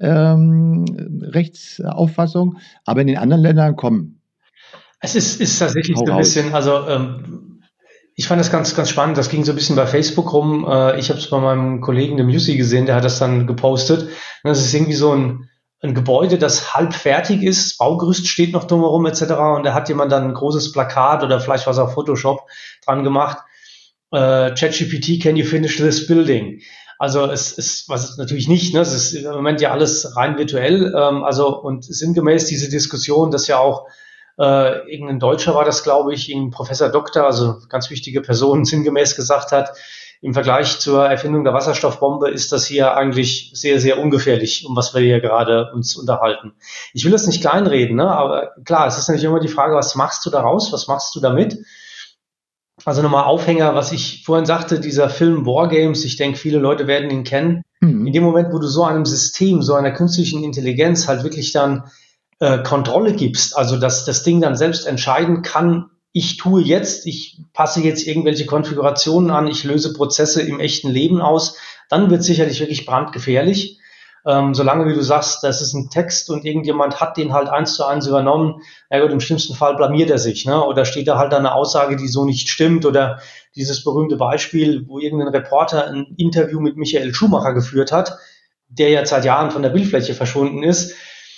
Rechtsauffassung, aber in den anderen Ländern kommen. Es ist tatsächlich so ein bisschen, also ich fand das ganz, ganz spannend, das ging so ein bisschen bei Facebook rum, ich habe es bei meinem Kollegen, dem Jussi, gesehen, der hat das dann gepostet, und das ist irgendwie so ein Gebäude, das halb fertig ist, Baugerüst steht noch drumherum etc. und da hat jemand dann ein großes Plakat oder vielleicht was auf Photoshop dran gemacht, ChatGPT, can you finish this building? Also was ist natürlich nicht, ne? Es ist im Moment ja alles rein virtuell, und sinngemäß diese Diskussion, dass ja auch irgendein Deutscher war das, glaube ich, ein Professor Doktor, also ganz wichtige Person, sinngemäß gesagt hat, im Vergleich zur Erfindung der Wasserstoffbombe ist das hier eigentlich sehr, sehr ungefährlich, um was wir hier gerade uns unterhalten. Ich will das nicht kleinreden, ne? Aber klar, es ist natürlich immer die Frage, was machst du daraus, was machst du damit? Also nochmal Aufhänger, was ich vorhin sagte, dieser Film Wargames, ich denke, viele Leute werden ihn kennen. In dem Moment, wo du so einem System, so einer künstlichen Intelligenz halt wirklich dann Kontrolle gibst, also dass das Ding dann selbst entscheiden kann, ich passe jetzt irgendwelche Konfigurationen an, ich löse Prozesse im echten Leben aus, dann wird es sicherlich wirklich brandgefährlich. Solange, wie du sagst, das ist ein Text und irgendjemand hat den halt 1:1 übernommen, na gut, im schlimmsten Fall blamiert er sich, ne? Oder steht da halt eine Aussage, die so nicht stimmt, oder dieses berühmte Beispiel, wo irgendein Reporter ein Interview mit Michael Schumacher geführt hat, der ja seit Jahren von der Bildfläche verschwunden ist.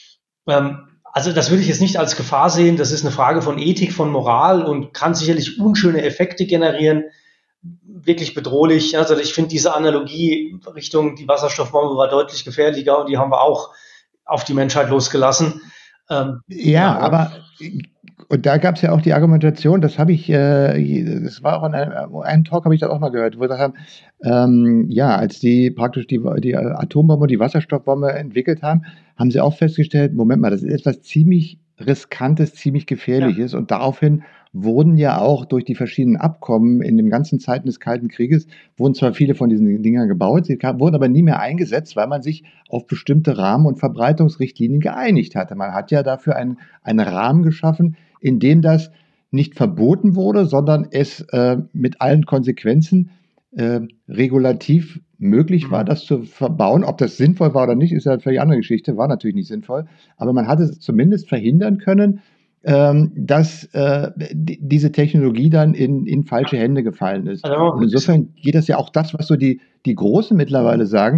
Also das würde ich jetzt nicht als Gefahr sehen, das ist eine Frage von Ethik, von Moral und kann sicherlich unschöne Effekte generieren, wirklich bedrohlich. Also ich finde diese Analogie Richtung die Wasserstoffbombe war deutlich gefährlicher und die haben wir auch auf die Menschheit losgelassen. Aber und da gab es ja auch die Argumentation, das war auch in einem Talk, habe ich das auch mal gehört, wo wir gesagt haben, als die praktisch die Atombombe und die Wasserstoffbombe entwickelt haben, haben sie auch festgestellt, Moment mal, das ist etwas ziemlich Riskantes, ziemlich Gefährliches und daraufhin wurden ja auch durch die verschiedenen Abkommen in den ganzen Zeiten des Kalten Krieges, wurden zwar viele von diesen Dingern gebaut, sie wurden aber nie mehr eingesetzt, weil man sich auf bestimmte Rahmen- und Verbreitungsrichtlinien geeinigt hatte. Man hat ja dafür einen Rahmen geschaffen, in dem das nicht verboten wurde, sondern es mit allen Konsequenzen regulativ möglich war, das zu verbauen. Ob das sinnvoll war oder nicht, ist ja eine völlig andere Geschichte, war natürlich nicht sinnvoll, aber man hat es zumindest verhindern können, dass diese Technologie dann in falsche Hände gefallen ist. Und insofern geht das ja auch das, was so die Großen mittlerweile sagen,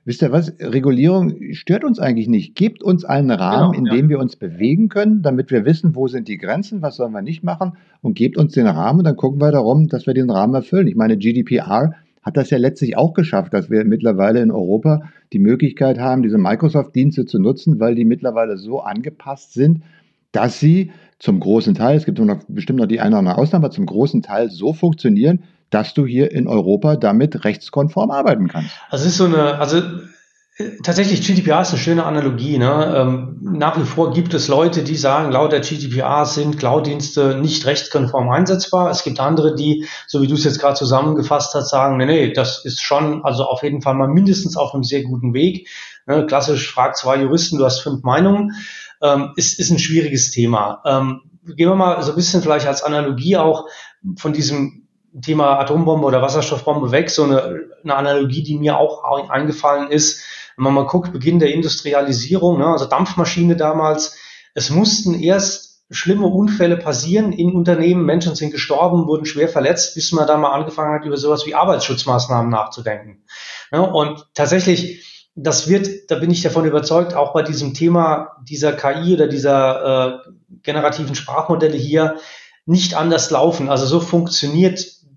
wisst ihr was, Regulierung stört uns eigentlich nicht. Gebt uns einen Rahmen, in dem wir uns bewegen können, damit wir wissen, wo sind die Grenzen, was sollen wir nicht machen, und gebt uns den Rahmen und dann gucken wir darum, dass wir den Rahmen erfüllen. Ich meine, GDPR hat das ja letztlich auch geschafft, dass wir mittlerweile in Europa die Möglichkeit haben, diese Microsoft-Dienste zu nutzen, weil die mittlerweile so angepasst sind, dass sie zum großen Teil, es gibt bestimmt noch die eine oder andere Ausnahme, aber zum großen Teil so funktionieren, dass du hier in Europa damit rechtskonform arbeiten kannst. Also es ist tatsächlich GDPR ist eine schöne Analogie. Ne? Nach wie vor gibt es Leute, die sagen, laut der GDPR sind Cloud-Dienste nicht rechtskonform einsetzbar. Es gibt andere, die, so wie du es jetzt gerade zusammengefasst hast, sagen, nee, das ist schon, also auf jeden Fall mal mindestens auf einem sehr guten Weg. Ne? Klassisch, frag 2 Juristen, du hast 5 Meinungen. Ist ein schwieriges Thema. Gehen wir mal so ein bisschen vielleicht als Analogie auch von diesem Thema Atombombe oder Wasserstoffbombe weg, so eine Analogie, die mir auch eingefallen ist, wenn man mal guckt, Beginn der Industrialisierung, ne, also Dampfmaschine damals, es mussten erst schlimme Unfälle passieren in Unternehmen, Menschen sind gestorben, wurden schwer verletzt, bis man da mal angefangen hat, über sowas wie Arbeitsschutzmaßnahmen nachzudenken. Ja, und tatsächlich, das wird, da bin ich davon überzeugt, auch bei diesem Thema dieser KI oder dieser generativen Sprachmodelle hier nicht anders laufen. Also so funktionieren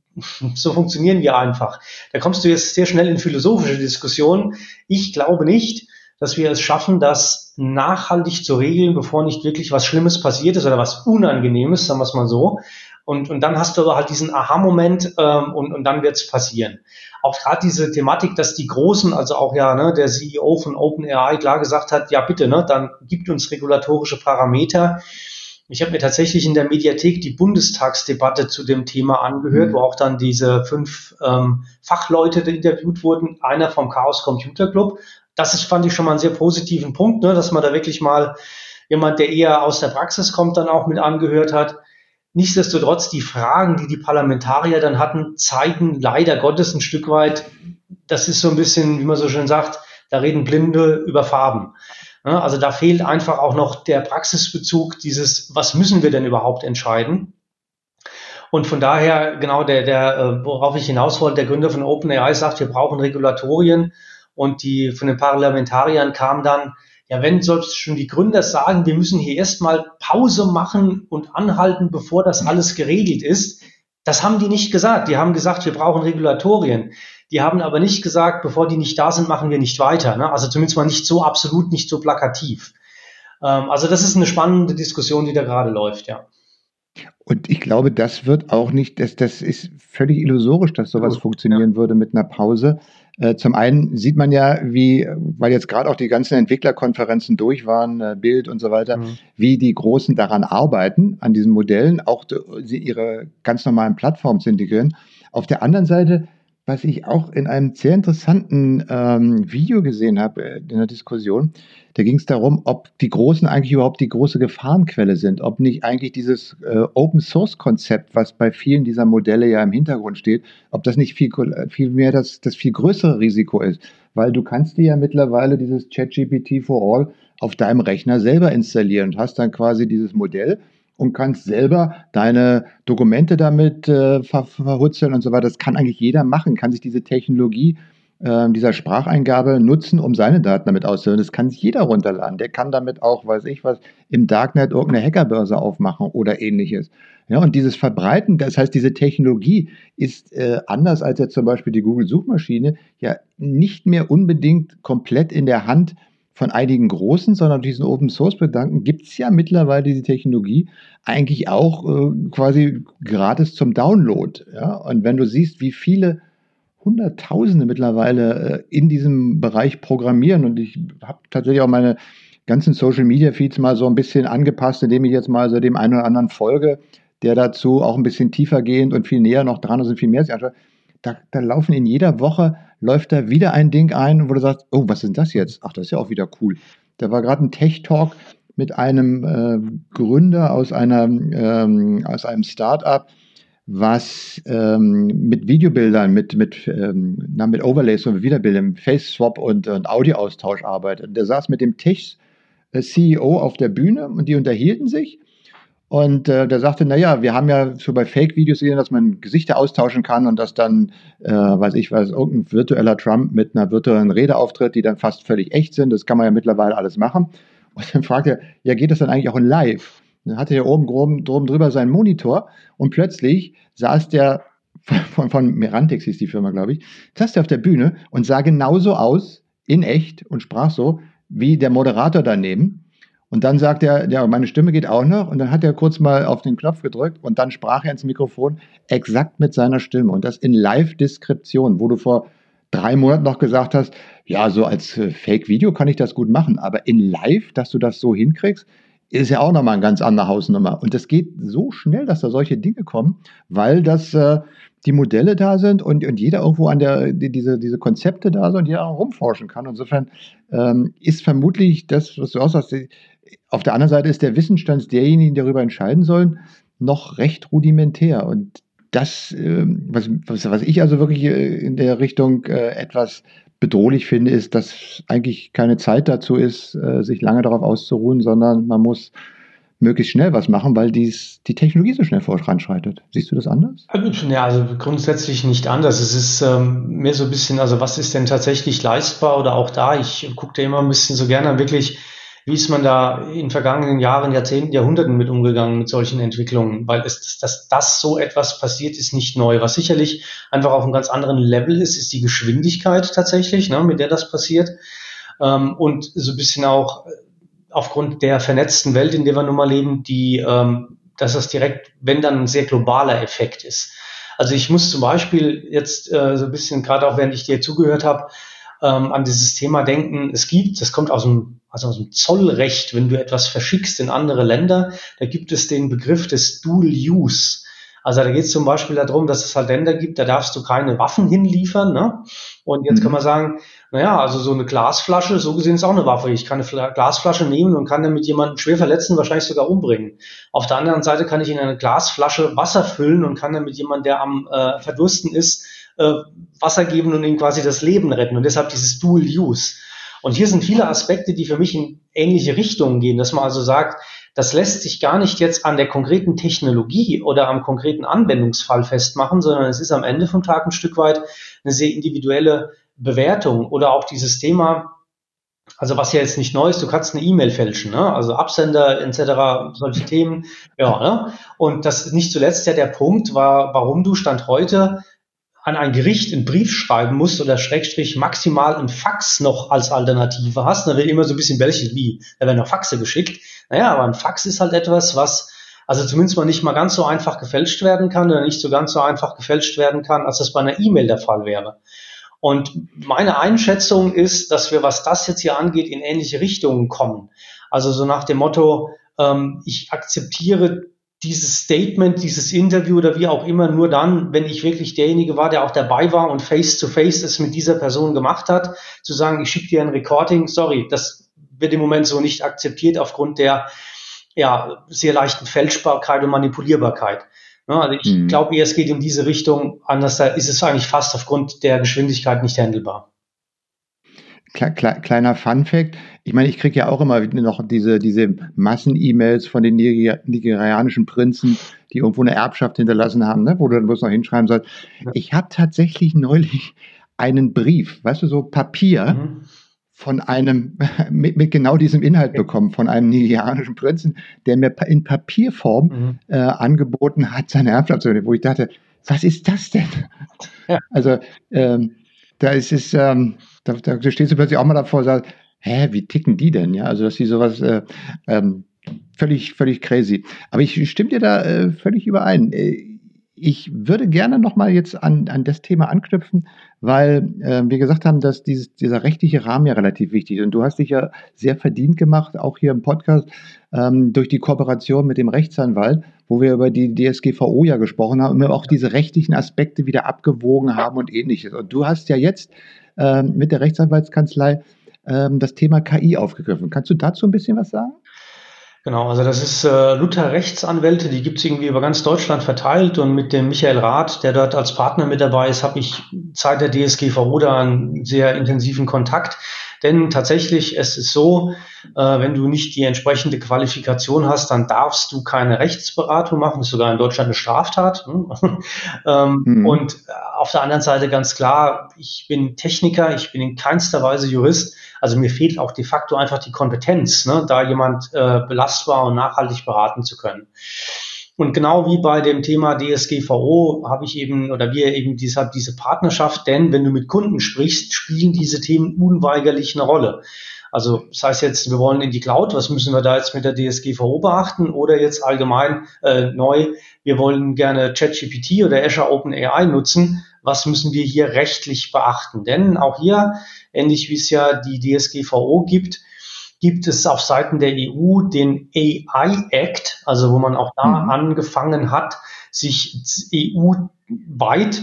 wir einfach. Da kommst du jetzt sehr schnell in philosophische Diskussionen. Ich glaube nicht, dass wir es schaffen, das nachhaltig zu regeln, bevor nicht wirklich was Schlimmes passiert ist oder was Unangenehmes, sagen wir es mal so. Und dann hast du aber halt diesen Aha-Moment und dann wird es passieren. Auch gerade diese Thematik, dass die Großen, also auch ja der CEO von OpenAI klar gesagt hat, ja bitte, dann gibt uns regulatorische Parameter. Ich habe mir tatsächlich in der Mediathek die Bundestagsdebatte zu dem Thema angehört, wo auch dann diese 5 Fachleute interviewt wurden, einer vom Chaos Computer Club. Fand ich schon mal einen sehr positiven Punkt, dass man da wirklich mal jemand, der eher aus der Praxis kommt, dann auch mit angehört hat. Nichtsdestotrotz, die Fragen, die die Parlamentarier dann hatten, zeigen leider Gottes ein Stück weit, das ist so ein bisschen, wie man so schön sagt, da reden Blinde über Farben. Also da fehlt einfach auch noch der Praxisbezug, was müssen wir denn überhaupt entscheiden? Und von daher, genau, worauf ich hinaus wollte, der Gründer von OpenAI sagt, wir brauchen Regulatorien, und die von den Parlamentariern kam dann, ja, wenn selbst schon die Gründer sagen, wir müssen hier erstmal Pause machen und anhalten, bevor das alles geregelt ist, das haben die nicht gesagt. Die haben gesagt, wir brauchen Regulatorien. Die haben aber nicht gesagt, bevor die nicht da sind, machen wir nicht weiter. Ne? Also zumindest mal nicht so absolut, nicht so plakativ. Also das ist eine spannende Diskussion, die da gerade läuft, ja. Und ich glaube, das wird auch nicht, das ist völlig illusorisch, dass sowas funktionieren würde mit einer Pause. Zum einen sieht man ja, weil jetzt gerade auch die ganzen Entwicklerkonferenzen durch waren, Bild und so weiter, wie die Großen daran arbeiten, an diesen Modellen, auch ihre ganz normalen Plattformen zu integrieren. Auf der anderen Seite, was ich auch in einem sehr interessanten Video gesehen habe, in der Diskussion, da ging es darum, ob die Großen eigentlich überhaupt die große Gefahrenquelle sind, ob nicht eigentlich dieses Open-Source-Konzept, was bei vielen dieser Modelle ja im Hintergrund steht, ob das nicht viel mehr das viel größere Risiko ist. Weil du kannst dir ja mittlerweile dieses ChatGPT for All auf deinem Rechner selber installieren und hast dann quasi dieses Modell und kannst selber deine Dokumente damit verhutzeln und so weiter. Das kann eigentlich jeder machen, kann sich diese Technologie dieser Spracheingabe nutzen, um seine Daten damit auszuführen. Das kann sich jeder runterladen. Der kann damit auch, weiß ich was, im Darknet irgendeine Hackerbörse aufmachen oder ähnliches. Ja, und dieses Verbreiten, das heißt, diese Technologie ist anders als jetzt zum Beispiel die Google-Suchmaschine ja nicht mehr unbedingt komplett in der Hand von einigen Großen, sondern durch diesen Open-Source-Gedanken gibt es ja mittlerweile diese Technologie eigentlich auch quasi gratis zum Download. Ja? Und wenn du siehst, wie viele Hunderttausende mittlerweile in diesem Bereich programmieren, und ich habe tatsächlich auch meine ganzen Social-Media-Feeds mal so ein bisschen angepasst, indem ich jetzt mal so dem einen oder anderen folge, der dazu auch ein bisschen tiefer gehend und viel näher noch dran ist und viel mehr sich anschaut. Da laufen in jeder Woche, läuft da wieder ein Ding ein, wo du sagst, oh, was ist denn das jetzt? Ach, das ist ja auch wieder cool. Da war gerade ein Tech-Talk mit einem Gründer aus einem Start-up, was mit Videobildern, mit Overlays und Wiederbildern, Face-Swap und Audioaustausch arbeitet. Der saß mit dem Tech-CEO auf der Bühne und die unterhielten sich. Und der sagte, naja, wir haben ja so bei Fake-Videos gesehen, dass man Gesichter austauschen kann und dass dann, weiß ich was, irgendein virtueller Trump mit einer virtuellen Rede auftritt, die dann fast völlig echt sind. Das kann man ja mittlerweile alles machen. Und dann fragt er, ja, geht das dann eigentlich auch in live? Dann hatte er oben drum drüber seinen Monitor und plötzlich saß der von Merantix hieß die Firma, glaube ich, saß der auf der Bühne und sah genauso aus, in echt, und sprach so, wie der Moderator daneben. Und dann sagt er, ja, meine Stimme geht auch noch. Und dann hat er kurz mal auf den Knopf gedrückt und dann sprach er ins Mikrofon exakt mit seiner Stimme. Und das in Live-Deskription, wo du vor 3 Monaten noch gesagt hast, ja, so als Fake-Video kann ich das gut machen. Aber in Live, dass du das so hinkriegst, ist ja auch nochmal eine ganz andere Hausnummer. Und das geht so schnell, dass da solche Dinge kommen, weil das die Modelle da sind und jeder irgendwo an diese Konzepte da sind und jeder auch rumforschen kann. Insofern ist vermutlich das, was du auch sagst, auf der anderen Seite ist der Wissensstand derjenigen, die darüber entscheiden sollen, noch recht rudimentär. Und das, was ich also wirklich in der Richtung etwas bedrohlich finde, ist, dass eigentlich keine Zeit dazu ist, sich lange darauf auszuruhen, sondern man muss möglichst schnell was machen, weil die Technologie so schnell voranschreitet. Siehst du das anders? Ja, also grundsätzlich nicht anders. Es ist mehr so ein bisschen, also was ist denn tatsächlich leistbar oder auch da, ich gucke da immer ein bisschen so gerne an, wirklich, wie ist man da in vergangenen Jahren, Jahrzehnten, Jahrhunderten mit umgegangen mit solchen Entwicklungen? Weil dass das so etwas passiert, ist nicht neu. Was sicherlich einfach auf einem ganz anderen Level ist die Geschwindigkeit tatsächlich, ne, mit der das passiert. Und so ein bisschen auch aufgrund der vernetzten Welt, in der wir nun mal leben, dass das direkt, wenn dann ein sehr globaler Effekt ist. Also ich muss zum Beispiel jetzt so ein bisschen, gerade auch während ich dir zugehört habe, an dieses Thema denken. Das kommt aus dem Zollrecht, wenn du etwas verschickst in andere Länder, da gibt es den Begriff des Dual Use. Also da geht es zum Beispiel darum, dass es halt Länder gibt, da darfst du keine Waffen hinliefern, ne? Und jetzt kann man sagen, naja, also so eine Glasflasche, so gesehen ist auch eine Waffe. Ich kann eine Glasflasche nehmen und kann damit jemanden schwer verletzen, wahrscheinlich sogar umbringen. Auf der anderen Seite kann ich in eine Glasflasche Wasser füllen und kann damit jemanden, der am Verdursten ist, Wasser geben und ihm quasi das Leben retten. Und deshalb dieses Dual Use. Und hier sind viele Aspekte, die für mich in ähnliche Richtungen gehen, dass man also sagt, das lässt sich gar nicht jetzt an der konkreten Technologie oder am konkreten Anwendungsfall festmachen, sondern es ist am Ende vom Tag ein Stück weit eine sehr individuelle Bewertung oder auch dieses Thema, also was ja jetzt nicht neu ist, du kannst eine E-Mail fälschen, ne? Also Absender etc., solche Themen, ja, ne? Und das nicht zuletzt ja der Punkt war, warum du Stand heute an ein Gericht einen Brief schreiben musst oder Schrägstrich maximal ein Fax noch als Alternative hast. Da wird immer so ein bisschen da werden noch Faxe geschickt. Naja, aber ein Fax ist halt etwas, was also zumindest mal nicht mal ganz so einfach gefälscht werden kann oder nicht so ganz so einfach gefälscht werden kann, als das bei einer E-Mail der Fall wäre. Und meine Einschätzung ist, dass wir, was das jetzt hier angeht, in ähnliche Richtungen kommen. Also so nach dem Motto, ich akzeptiere dieses Statement, dieses Interview oder wie auch immer nur dann, wenn ich wirklich derjenige war, der auch dabei war und face-to-face es mit dieser Person gemacht hat, zu sagen, ich schicke dir ein Recording, sorry, das wird im Moment so nicht akzeptiert aufgrund der sehr leichten Fälschbarkeit und Manipulierbarkeit. Also ich glaube eher, es geht in diese Richtung, anders da ist es eigentlich fast aufgrund der Geschwindigkeit nicht handelbar. Kleiner Funfact, ich meine, ich kriege ja auch immer noch diese Massen-E-Mails von den nigerianischen Prinzen, die irgendwo eine Erbschaft hinterlassen haben, ne, wo du dann bloß noch hinschreiben sollst. Ja. Ich habe tatsächlich neulich einen Brief, weißt du, so Papier von einem, mit genau diesem Inhalt bekommen, von einem nigerianischen Prinzen, der mir in Papierform angeboten hat, seine Erbschaft zu nehmen, wo ich dachte, was ist das denn? Ja. Also, da ist es, da stehst du plötzlich auch mal davor und sagst, wie ticken die denn? Ja, also dass die sowas völlig crazy. Aber ich stimme dir da völlig überein. Ich würde gerne nochmal jetzt an das Thema anknüpfen, weil wir gesagt haben, dass dieser rechtliche Rahmen ja relativ wichtig ist. Und du hast dich ja sehr verdient gemacht, auch hier im Podcast, durch die Kooperation mit dem Rechtsanwalt, wo wir über die DSGVO ja gesprochen haben und wir auch diese rechtlichen Aspekte wieder abgewogen haben und ähnliches. Und du hast ja jetzt mit der Rechtsanwaltskanzlei das Thema KI aufgegriffen. Kannst du dazu ein bisschen was sagen? Genau, also das ist Luther Rechtsanwälte, die gibt's irgendwie über ganz Deutschland verteilt und mit dem Michael Rath, der dort als Partner mit dabei ist, habe ich seit der DSGVO da einen sehr intensiven Kontakt. Denn tatsächlich, es ist so, wenn du nicht die entsprechende Qualifikation hast, dann darfst du keine Rechtsberatung machen. Das ist sogar in Deutschland eine Straftat. Und auf der anderen Seite ganz klar, ich bin Techniker, ich bin in keinster Weise Jurist. Also mir fehlt auch de facto einfach die Kompetenz, ne, da jemand belastbar und nachhaltig beraten zu können. Und genau wie bei dem Thema DSGVO habe ich eben oder wir eben diese Partnerschaft, denn wenn du mit Kunden sprichst, spielen diese Themen unweigerlich eine Rolle. Also das heißt jetzt, wir wollen in die Cloud, was müssen wir da jetzt mit der DSGVO beachten oder jetzt allgemein neu, wir wollen gerne ChatGPT oder Azure OpenAI nutzen, was müssen wir hier rechtlich beachten? Denn auch hier, ähnlich wie es ja die DSGVO gibt es auf Seiten der EU den AI Act, also wo man auch da angefangen hat, sich EU-weit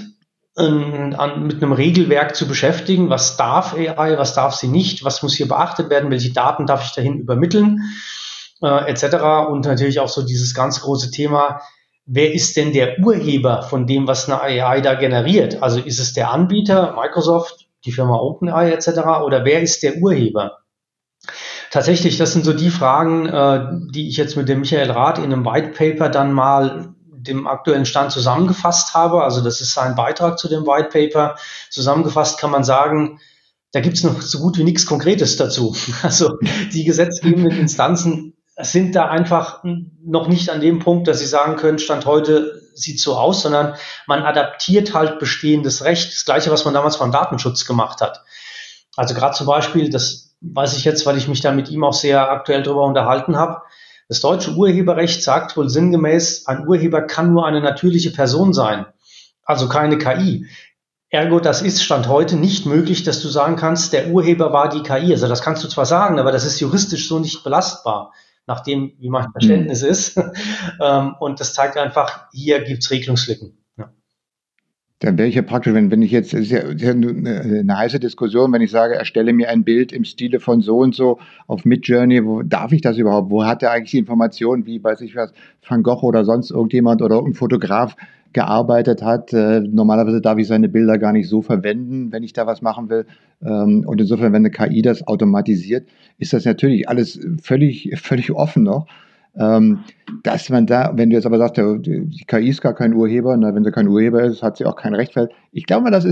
mit einem Regelwerk zu beschäftigen. Was darf AI, was darf sie nicht, was muss hier beachtet werden, welche Daten darf ich dahin übermitteln, etc. Und natürlich auch so dieses ganz große Thema, wer ist denn der Urheber von dem, was eine AI da generiert? Also ist es der Anbieter, Microsoft, die Firma OpenAI etc. oder wer ist der Urheber? Tatsächlich, das sind so die Fragen, die ich jetzt mit dem Michael Rath in einem White Paper dann mal dem aktuellen Stand zusammengefasst habe. Also das ist sein Beitrag zu dem White Paper. Zusammengefasst kann man sagen, da gibt es noch so gut wie nichts Konkretes dazu. Also die gesetzgebenden Instanzen sind da einfach noch nicht an dem Punkt, dass sie sagen können, Stand heute sieht so aus, sondern man adaptiert halt bestehendes Recht. Das Gleiche, was man damals beim Datenschutz gemacht hat. Also gerade zum Beispiel, das weiß ich jetzt, weil ich mich da mit ihm auch sehr aktuell darüber unterhalten habe. Das deutsche Urheberrecht sagt wohl sinngemäß, ein Urheber kann nur eine natürliche Person sein, also keine KI. Ergo, das ist Stand heute nicht möglich, dass du sagen kannst, der Urheber war die KI. Also das kannst du zwar sagen, aber das ist juristisch so nicht belastbar, nach dem, wie mein Verständnis ist. Und das zeigt einfach, hier gibt's Regelungslücken. Dann wäre ich ja praktisch, wenn ich jetzt, ist ja eine heiße Diskussion, wenn ich sage, erstelle mir ein Bild im Stile von so und so auf Midjourney, wo darf ich das überhaupt? Wo hat er eigentlich die Information, wie, weiß ich was, Van Gogh oder sonst irgendjemand oder ein Fotograf gearbeitet hat? Normalerweise darf ich seine Bilder gar nicht so verwenden, wenn ich da was machen will. Und insofern, wenn eine KI das automatisiert, ist das natürlich alles völlig offen noch. Dass man da, wenn du jetzt aber sagst, die KI ist gar kein Urheber, na, wenn sie kein Urheber ist, hat sie auch kein Recht. Ich glaube mal, das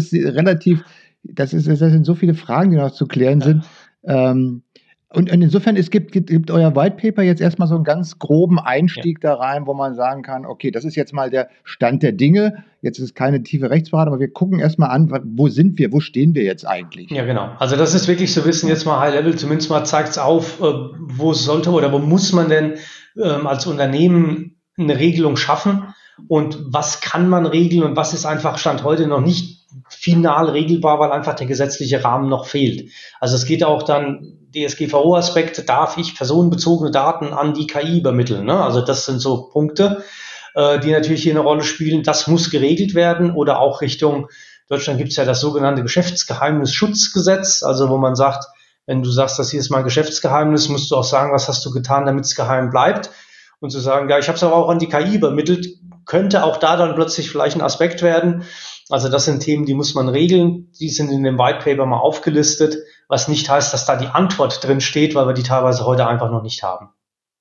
das sind so viele Fragen, die noch zu klären sind. Und insofern, es gibt euer White Paper jetzt erstmal so einen ganz groben Einstieg da rein, wo man sagen kann, okay, das ist jetzt mal der Stand der Dinge, jetzt ist keine tiefe Rechtsberatung, aber wir gucken erstmal an, wo sind wir, wo stehen wir jetzt eigentlich? Ja, genau. Also das ist wirklich so Wissen jetzt mal High Level, zumindest mal zeigt es auf, wo sollte oder wo muss man denn als Unternehmen eine Regelung schaffen und was kann man regeln und was ist einfach Stand heute noch nicht final regelbar, weil einfach der gesetzliche Rahmen noch fehlt. Also es geht auch dann DSGVO-Aspekte, darf ich personenbezogene Daten an die KI übermitteln, ne? Also das sind so Punkte, die natürlich hier eine Rolle spielen. Das muss geregelt werden oder auch Richtung Deutschland gibt es ja das sogenannte Geschäftsgeheimnisschutzgesetz, also wo man sagt, wenn du sagst, das hier ist mein Geschäftsgeheimnis, musst du auch sagen, was hast du getan, damit es geheim bleibt. Und zu sagen, ja, ich habe es aber auch an die KI übermittelt, könnte auch da dann plötzlich vielleicht ein Aspekt werden. Also das sind Themen, die muss man regeln. Die sind in dem White Paper mal aufgelistet, was nicht heißt, dass da die Antwort drin steht, weil wir die teilweise heute einfach noch nicht haben.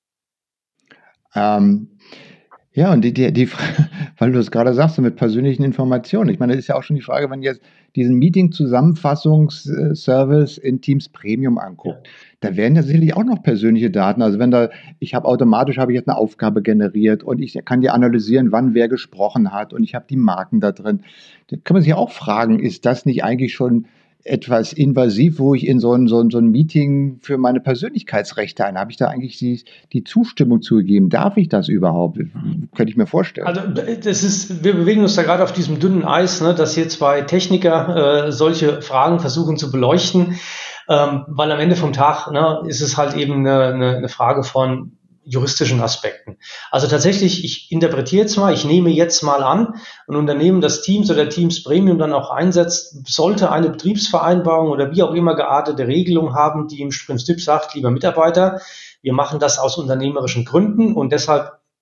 Ja, und weil du es gerade sagst, so mit persönlichen Informationen. Ich meine, das ist ja auch schon die Frage, wenn ihr jetzt diesen Meeting-Zusammenfassungsservice in Teams Premium anguckt, da werden ja sicherlich auch noch persönliche Daten. Also wenn habe ich jetzt eine Aufgabe generiert und ich kann dir analysieren, wann wer gesprochen hat und ich habe die Marken da drin. Da kann man sich auch fragen, ist das nicht eigentlich schon etwas invasiv, wo ich in so ein Meeting für meine Persönlichkeitsrechte habe ich da eigentlich die Zustimmung zugegeben? Darf ich das überhaupt? Könnte ich mir vorstellen. Also wir bewegen uns da gerade auf diesem dünnen Eis, ne, dass hier zwei Techniker solche Fragen versuchen zu beleuchten, weil am Ende vom Tag ist es halt eben eine Frage von juristischen Aspekten. Also tatsächlich, ich interpretiere jetzt mal, ich nehme jetzt mal an, ein Unternehmen, das Teams oder Teams Premium dann auch einsetzt, sollte eine Betriebsvereinbarung oder wie auch immer geartete Regelung haben, die im Prinzip sagt, lieber Mitarbeiter, wir machen das aus unternehmerischen Gründen und deshalb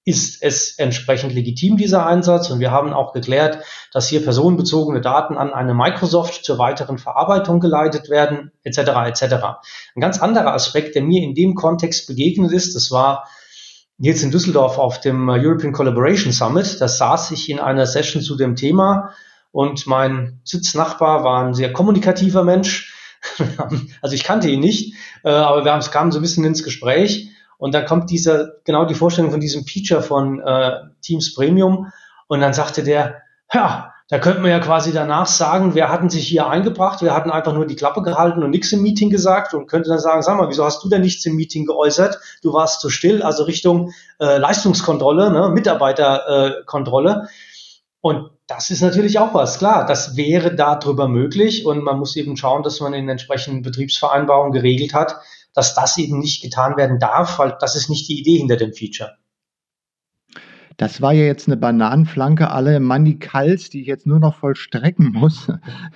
ist es entsprechend legitim, dieser Einsatz. Und wir haben auch geklärt, dass hier personenbezogene Daten an eine Microsoft zur weiteren Verarbeitung geleitet werden, etc. etc. Ein ganz anderer Aspekt, der mir in dem Kontext begegnet ist, das war jetzt in Düsseldorf auf dem European Collaboration Summit. Da saß ich in einer Session zu dem Thema und mein Sitznachbar war ein sehr kommunikativer Mensch. Also ich kannte ihn nicht, aber kamen so ein bisschen ins Gespräch. Und dann kommt die Vorstellung von diesem Feature von Teams Premium. Und dann sagte der, ja, da könnte man ja quasi danach sagen, wer hatten sich hier eingebracht, wir hatten einfach nur die Klappe gehalten und nichts im Meeting gesagt und könnte dann sagen, sag mal, wieso hast du denn nichts im Meeting geäußert? Du warst zu still, also Richtung Leistungskontrolle, ne, Mitarbeiterkontrolle. Und das ist natürlich auch was, klar, das wäre darüber möglich und man muss eben schauen, dass man in entsprechenden Betriebsvereinbarungen geregelt hat, dass das eben nicht getan werden darf, weil das ist nicht die Idee hinter dem Feature. Das war ja jetzt eine Bananenflanke alle Manikals, die ich jetzt nur noch vollstrecken muss.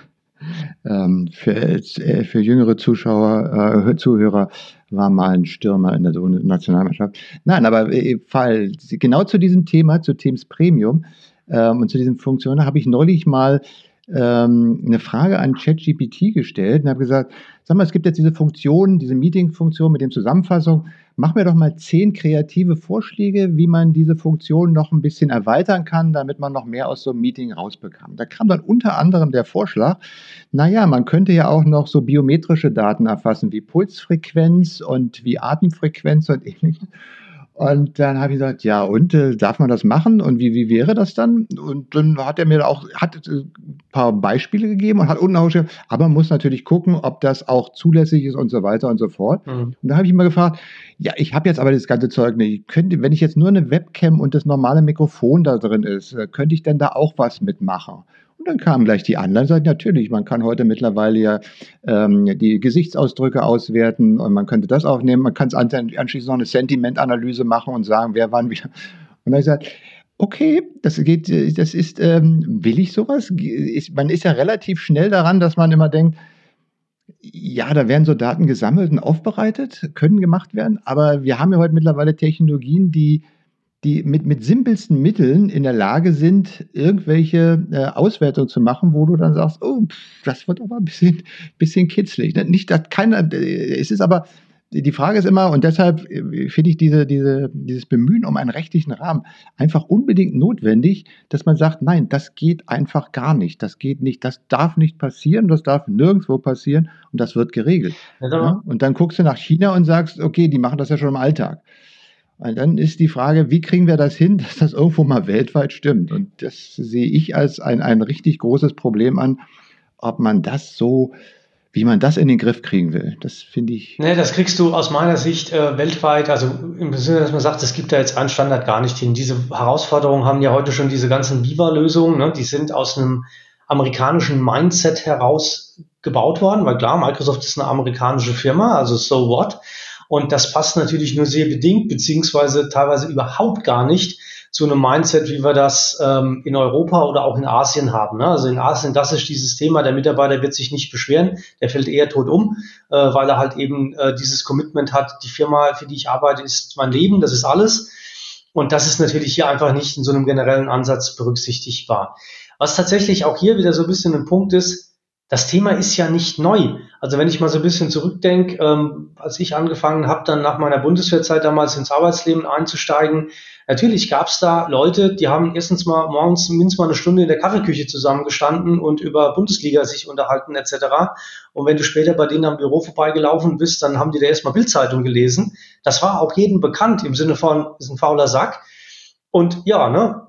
Für jüngere Zuhörer war mal ein Stürmer in der Nationalmannschaft. Nein, aber genau zu diesem Thema, zu Teams Premium und zu diesen Funktionen habe ich neulich mal eine Frage an ChatGPT gestellt und habe gesagt, sag mal, es gibt jetzt diese Funktion, diese Meeting-Funktion mit den Zusammenfassungen. Mach mir doch mal 10 kreative Vorschläge, wie man diese Funktion noch ein bisschen erweitern kann, damit man noch mehr aus so einem Meeting rausbekam. Da kam dann unter anderem der Vorschlag, naja, man könnte ja auch noch so biometrische Daten erfassen, wie Pulsfrequenz und wie Atemfrequenz und ähnliches. Und dann habe ich gesagt, ja, und darf man das machen? Und wie wäre das dann? Und dann hat er mir auch ein paar Beispiele gegeben und hat unten auch geschrieben, aber man muss natürlich gucken, ob das auch zulässig ist und so weiter und so fort. Mhm. Und da habe ich ihn mal gefragt, ja, ich habe jetzt aber das ganze Zeug nicht. Wenn ich jetzt nur eine Webcam und das normale Mikrofon da drin ist, könnte ich denn da auch was mitmachen? Und dann kamen gleich die anderen und sagten, natürlich, man kann heute mittlerweile ja die Gesichtsausdrücke auswerten und man könnte das aufnehmen, man kann es anschließend noch eine Sentimentanalyse machen und sagen, wer wann wieder. Und dann habe ich gesagt, okay, will ich sowas? Man ist ja relativ schnell daran, dass man immer denkt, ja, da werden so Daten gesammelt und aufbereitet, können gemacht werden, aber wir haben ja heute mittlerweile Technologien, die mit simpelsten Mitteln in der Lage sind, irgendwelche Auswertungen zu machen, wo du dann sagst, oh, das wird aber ein bisschen kitzlig. Nicht, dass es ist aber, die Frage ist immer, und deshalb finde ich dieses Bemühen um einen rechtlichen Rahmen einfach unbedingt notwendig, dass man sagt, nein, das geht einfach gar nicht. Das geht nicht, das darf nicht passieren, das darf nirgendwo passieren und das wird geregelt. Ja? Und dann guckst du nach China und sagst, okay, die machen das ja schon im Alltag. Und dann ist die Frage, wie kriegen wir das hin, dass das irgendwo mal weltweit stimmt? Und das sehe ich als ein richtig großes Problem an, ob man das so, wie man das in den Griff kriegen will. Das finde ich. Nee, das kriegst du aus meiner Sicht weltweit, also im Sinne, dass man sagt, es gibt da jetzt einen Standard gar nicht hin. Diese Herausforderungen haben ja heute schon diese ganzen Viva-Lösungen, ne? Die sind aus einem amerikanischen Mindset heraus gebaut worden, weil klar, Microsoft ist eine amerikanische Firma, also so what? Und das passt natürlich nur sehr bedingt, beziehungsweise teilweise überhaupt gar nicht zu einem Mindset, wie wir das in Europa oder auch in Asien haben. Ne? Also in Asien, das ist dieses Thema, der Mitarbeiter wird sich nicht beschweren, der fällt eher tot um, weil er halt eben dieses Commitment hat, die Firma, für die ich arbeite, ist mein Leben, das ist alles. Und das ist natürlich hier einfach nicht in so einem generellen Ansatz berücksichtigbar. Was tatsächlich auch hier wieder so ein bisschen ein Punkt ist, das Thema ist ja nicht neu. Also wenn ich mal so ein bisschen zurückdenke, als ich angefangen habe, dann nach meiner Bundeswehrzeit damals ins Arbeitsleben einzusteigen, natürlich gab es da Leute, die haben erstens mal morgens mindestens mal eine Stunde in der Kaffeeküche zusammengestanden und über Bundesliga sich unterhalten etc. Und wenn du später bei denen am Büro vorbeigelaufen bist, dann haben die da erstmal Bild-Zeitung gelesen. Das war auch jedem bekannt im Sinne von, ist ein fauler Sack. Und ja, ne,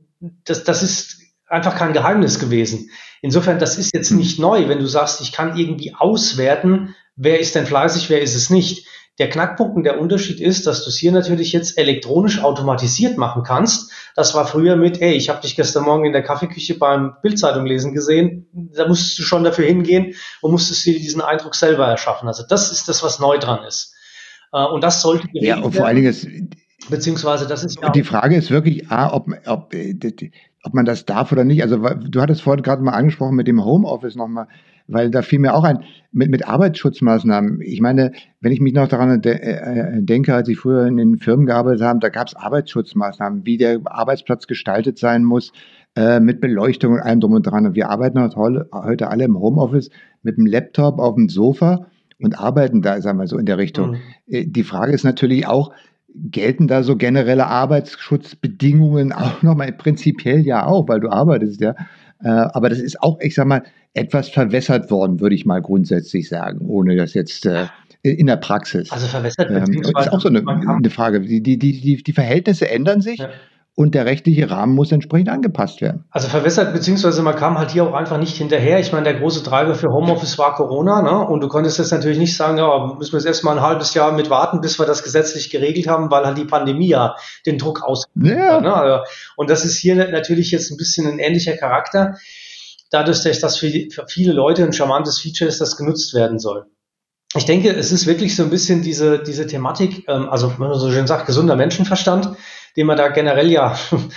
das ist einfach kein Geheimnis gewesen. Insofern, das ist jetzt nicht neu, wenn du sagst, ich kann irgendwie auswerten, wer ist denn fleißig, wer ist es nicht. Der Knackpunkt und der Unterschied ist, dass du es hier natürlich jetzt elektronisch automatisiert machen kannst. Das war früher mit, ich habe dich gestern Morgen in der Kaffeeküche beim Bildzeitung lesen gesehen. Da musstest du schon dafür hingehen und musstest dir diesen Eindruck selber erschaffen. Also das ist das, was neu dran ist. Und das sollte geregelt werden. Ja, und vor allen Dingen beziehungsweise das ist ja. Die Frage ist wirklich, ob ob man das darf oder nicht. Also du hattest vorhin gerade mal angesprochen mit dem Homeoffice nochmal, weil da fiel mir auch ein, mit Arbeitsschutzmaßnahmen. Ich meine, wenn ich mich noch daran denke, als ich früher in den Firmen gearbeitet habe, da gab es Arbeitsschutzmaßnahmen, wie der Arbeitsplatz gestaltet sein muss, mit Beleuchtung und allem drum und dran. Und wir arbeiten heute alle im Homeoffice mit dem Laptop auf dem Sofa und arbeiten da, sagen wir so, in der Richtung. Die Frage ist natürlich auch, gelten da so generelle Arbeitsschutzbedingungen auch nochmal prinzipiell ja auch, weil du arbeitest ja. Aber das ist auch, ich sag mal, etwas verwässert worden, würde ich mal grundsätzlich sagen, ohne das jetzt in der Praxis. Also verwässert beziehungsweise das ist auch so eine Frage. Die Verhältnisse ändern sich. Ja. Und der rechtliche Rahmen muss entsprechend angepasst werden. Also verwässert, beziehungsweise man kam halt hier auch einfach nicht hinterher. Ich meine, der große Treiber für Homeoffice war Corona, ne? Und du konntest jetzt natürlich nicht sagen, ja, müssen wir jetzt erstmal ein halbes Jahr mit warten, bis wir das gesetzlich geregelt haben, weil halt die Pandemie ja den Druck ausgeübt hat. Ne? Also, und das ist hier natürlich jetzt ein bisschen ein ähnlicher Charakter, dadurch, dass das für viele Leute ein charmantes Feature ist, das genutzt werden soll. Ich denke, es ist wirklich so ein bisschen diese Thematik, also wenn man so schön sagt, gesunder Menschenverstand, den man da generell ja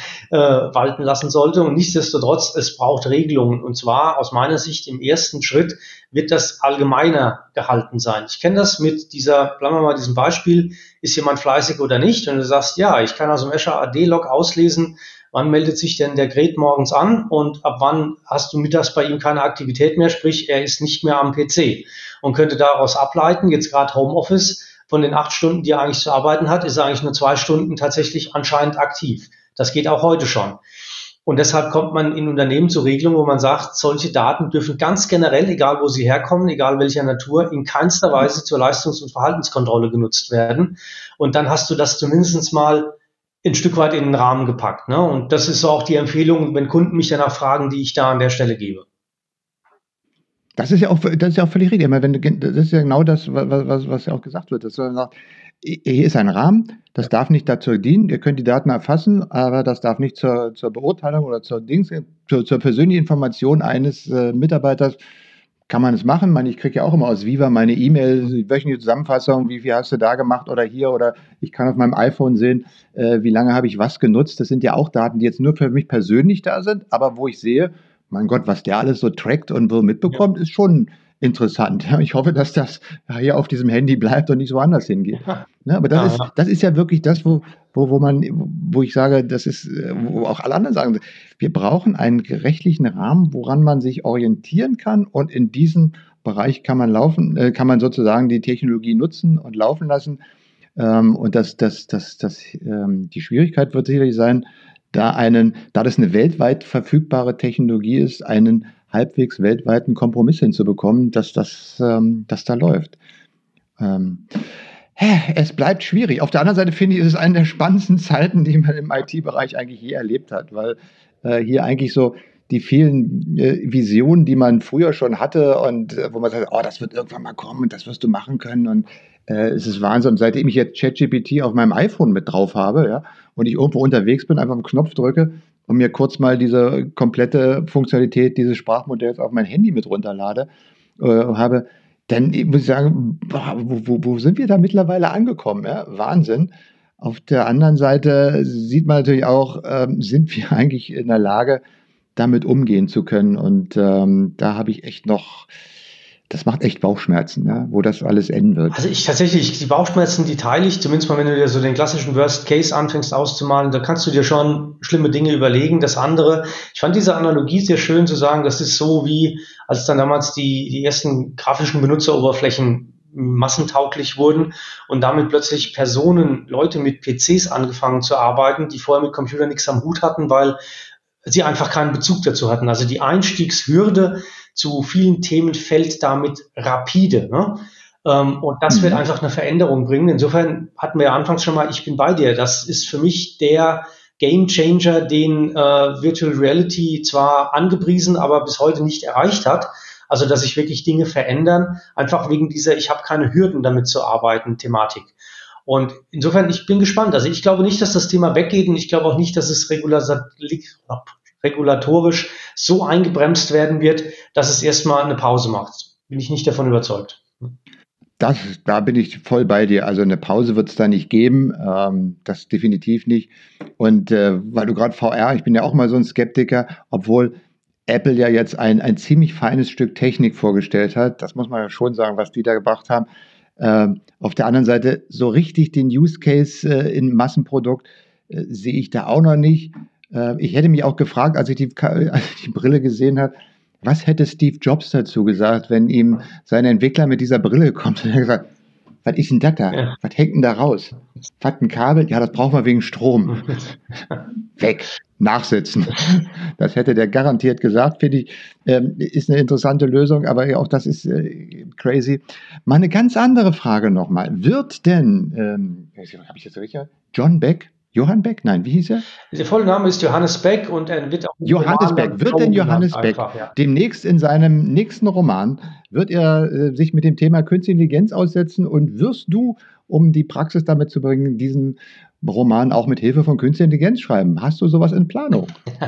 walten lassen sollte. Und nichtsdestotrotz, es braucht Regelungen. Und zwar aus meiner Sicht im ersten Schritt wird das allgemeiner gehalten sein. Ich kenne das mit bleiben wir mal diesem Beispiel, ist jemand fleißig oder nicht? Und du sagst, ja, ich kann aus dem Azure AD-Log auslesen, wann meldet sich denn der Gret morgens an und ab wann hast du mittags bei ihm keine Aktivität mehr, sprich, er ist nicht mehr am PC und könnte daraus ableiten, jetzt gerade Homeoffice, von den 8 Stunden, die er eigentlich zu arbeiten hat, ist er eigentlich nur 2 Stunden tatsächlich anscheinend aktiv. Das geht auch heute schon. Und deshalb kommt man in Unternehmen zu Regelungen, wo man sagt, solche Daten dürfen ganz generell, egal wo sie herkommen, egal welcher Natur, in keinster Weise zur Leistungs- und Verhaltenskontrolle genutzt werden. Und dann hast du das zumindest mal ein Stück weit in den Rahmen gepackt. Ne? Und das ist so auch die Empfehlung, wenn Kunden mich danach fragen, die ich da an der Stelle gebe. Das ist ja auch völlig richtig. Das ist ja genau das, was ja auch gesagt wird. Das sagt, hier ist ein Rahmen, das darf nicht dazu dienen, ihr könnt die Daten erfassen, aber das darf nicht zur Beurteilung oder zur persönlichen Information eines Mitarbeiters. Kann man es machen? Ich kriege ja auch immer aus Viva meine E-Mail, wöchentliche Zusammenfassung, wie viel hast du da gemacht oder hier, oder ich kann auf meinem iPhone sehen, wie lange habe ich was genutzt. Das sind ja auch Daten, die jetzt nur für mich persönlich da sind, aber wo ich sehe, mein Gott, was der alles so trackt und so mitbekommt, ist schon interessant. Ich hoffe, dass das hier auf diesem Handy bleibt und nicht so anders hingeht. Ne, aber das ist ja wirklich das, wo ich sage, das ist, wo auch alle anderen sagen, wir brauchen einen rechtlichen Rahmen, woran man sich orientieren kann, und in diesem Bereich kann man sozusagen die Technologie nutzen und laufen lassen. Und die Schwierigkeit wird sicherlich sein, da das eine weltweit verfügbare Technologie ist, einen halbwegs weltweiten Kompromiss hinzubekommen, dass das da läuft. Es bleibt schwierig. Auf der anderen Seite finde ich, ist es eine der spannendsten Zeiten, die man im IT-Bereich eigentlich je erlebt hat, weil hier eigentlich so die vielen Visionen, die man früher schon hatte und wo man sagt, oh, das wird irgendwann mal kommen und das wirst du machen können, und es ist Wahnsinn. Und seitdem ich jetzt ChatGPT auf meinem iPhone mit drauf habe, ja, und ich irgendwo unterwegs bin, einfach einen Knopf drücke und mir kurz mal diese komplette Funktionalität dieses Sprachmodells auf mein Handy mit runterlade, dann muss ich sagen, wo sind wir da mittlerweile angekommen? Ja? Wahnsinn. Auf der anderen Seite sieht man natürlich auch, sind wir eigentlich in der Lage, damit umgehen zu können. Und da habe ich echt noch, das macht echt Bauchschmerzen, ja, wo das alles enden wird. Also die Bauchschmerzen, die teile ich, zumindest mal, wenn du dir so den klassischen Worst Case anfängst auszumalen, da kannst du dir schon schlimme Dinge überlegen. Das andere, ich fand diese Analogie sehr schön zu sagen, das ist so wie, als dann damals die ersten grafischen Benutzeroberflächen massentauglich wurden und damit plötzlich Leute mit PCs angefangen zu arbeiten, die vorher mit Computern nichts am Hut hatten, weil sie einfach keinen Bezug dazu hatten. Also die Einstiegshürde zu vielen Themen fällt damit rapide. Ne? Und das wird einfach eine Veränderung bringen. Insofern hatten wir ja anfangs schon mal, ich bin bei dir. Das ist für mich der Game Changer, den Virtual Reality zwar angepriesen, aber bis heute nicht erreicht hat. Also dass sich wirklich Dinge verändern, einfach wegen dieser ich habe keine Hürden damit zu arbeiten Thematik. Und insofern, ich bin gespannt. Also ich glaube nicht, dass das Thema weggeht, und ich glaube auch nicht, dass es regulatorisch so eingebremst werden wird, dass es erstmal eine Pause macht. Bin ich nicht davon überzeugt. Da bin ich voll bei dir. Also eine Pause wird es da nicht geben, das definitiv nicht. Und weil du gerade VR, ich bin ja auch mal so ein Skeptiker, obwohl Apple ja jetzt ein ziemlich feines Stück Technik vorgestellt hat. Das muss man ja schon sagen, was die da gebracht haben. Auf der anderen Seite, so richtig den Use Case in Massenprodukt sehe ich da auch noch nicht. Ich hätte mich auch gefragt, als ich die Brille gesehen habe, was hätte Steve Jobs dazu gesagt, wenn ihm seine Entwickler mit dieser Brille kommt und er gesagt, was ist denn das da? Ja. Was hängt denn da raus? Was, ein Kabel? Ja, das brauchen wir wegen Strom. Weg, nachsitzen. Das hätte der garantiert gesagt, finde ich. Ist eine interessante Lösung, aber auch das ist crazy. Mal eine ganz andere Frage nochmal. Wird denn, habe ich das richtig? Johann Beck? Nein, wie hieß er? Der volle Name ist Johannes Beck und er wird auch Johannes Beck. Wird denn Johannes Beck demnächst in seinem nächsten Roman, wird er sich mit dem Thema Künstliche Intelligenz aussetzen und wirst du, um die Praxis damit zu bringen, diesen Roman auch mit Hilfe von Künstlicher Intelligenz schreiben? Hast du sowas in Planung?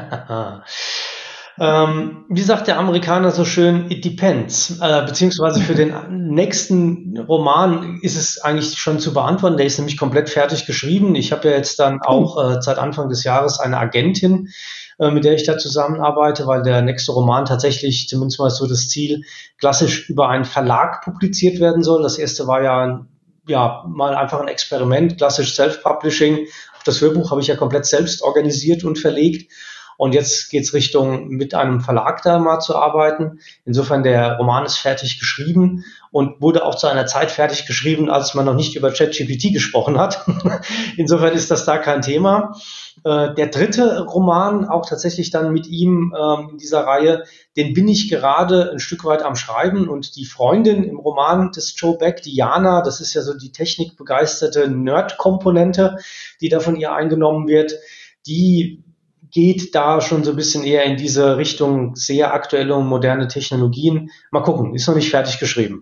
Wie sagt der Amerikaner so schön, it depends. Beziehungsweise für den nächsten Roman ist es eigentlich schon zu beantworten. Der ist nämlich komplett fertig geschrieben. Ich habe ja jetzt dann auch seit Anfang des Jahres eine Agentin, mit der ich da zusammenarbeite, weil der nächste Roman tatsächlich, zumindest mal so das Ziel, klassisch über einen Verlag publiziert werden soll. Das erste war ja mal einfach ein Experiment, klassisch Self-Publishing. Auch das Hörbuch habe ich ja komplett selbst organisiert und verlegt. Und jetzt geht's Richtung, mit einem Verlag da mal zu arbeiten. Insofern, der Roman ist fertig geschrieben und wurde auch zu einer Zeit fertig geschrieben, als man noch nicht über ChatGPT gesprochen hat. Insofern ist das da kein Thema. Der dritte Roman, auch tatsächlich dann mit ihm in dieser Reihe, den bin ich gerade ein Stück weit am Schreiben. Und die Freundin im Roman des Joe Beck, Diana, das ist ja so die technikbegeisterte Nerd-Komponente, die da von ihr eingenommen wird, die geht da schon so ein bisschen eher in diese Richtung, sehr aktuelle und moderne Technologien. Mal gucken, ist noch nicht fertig geschrieben.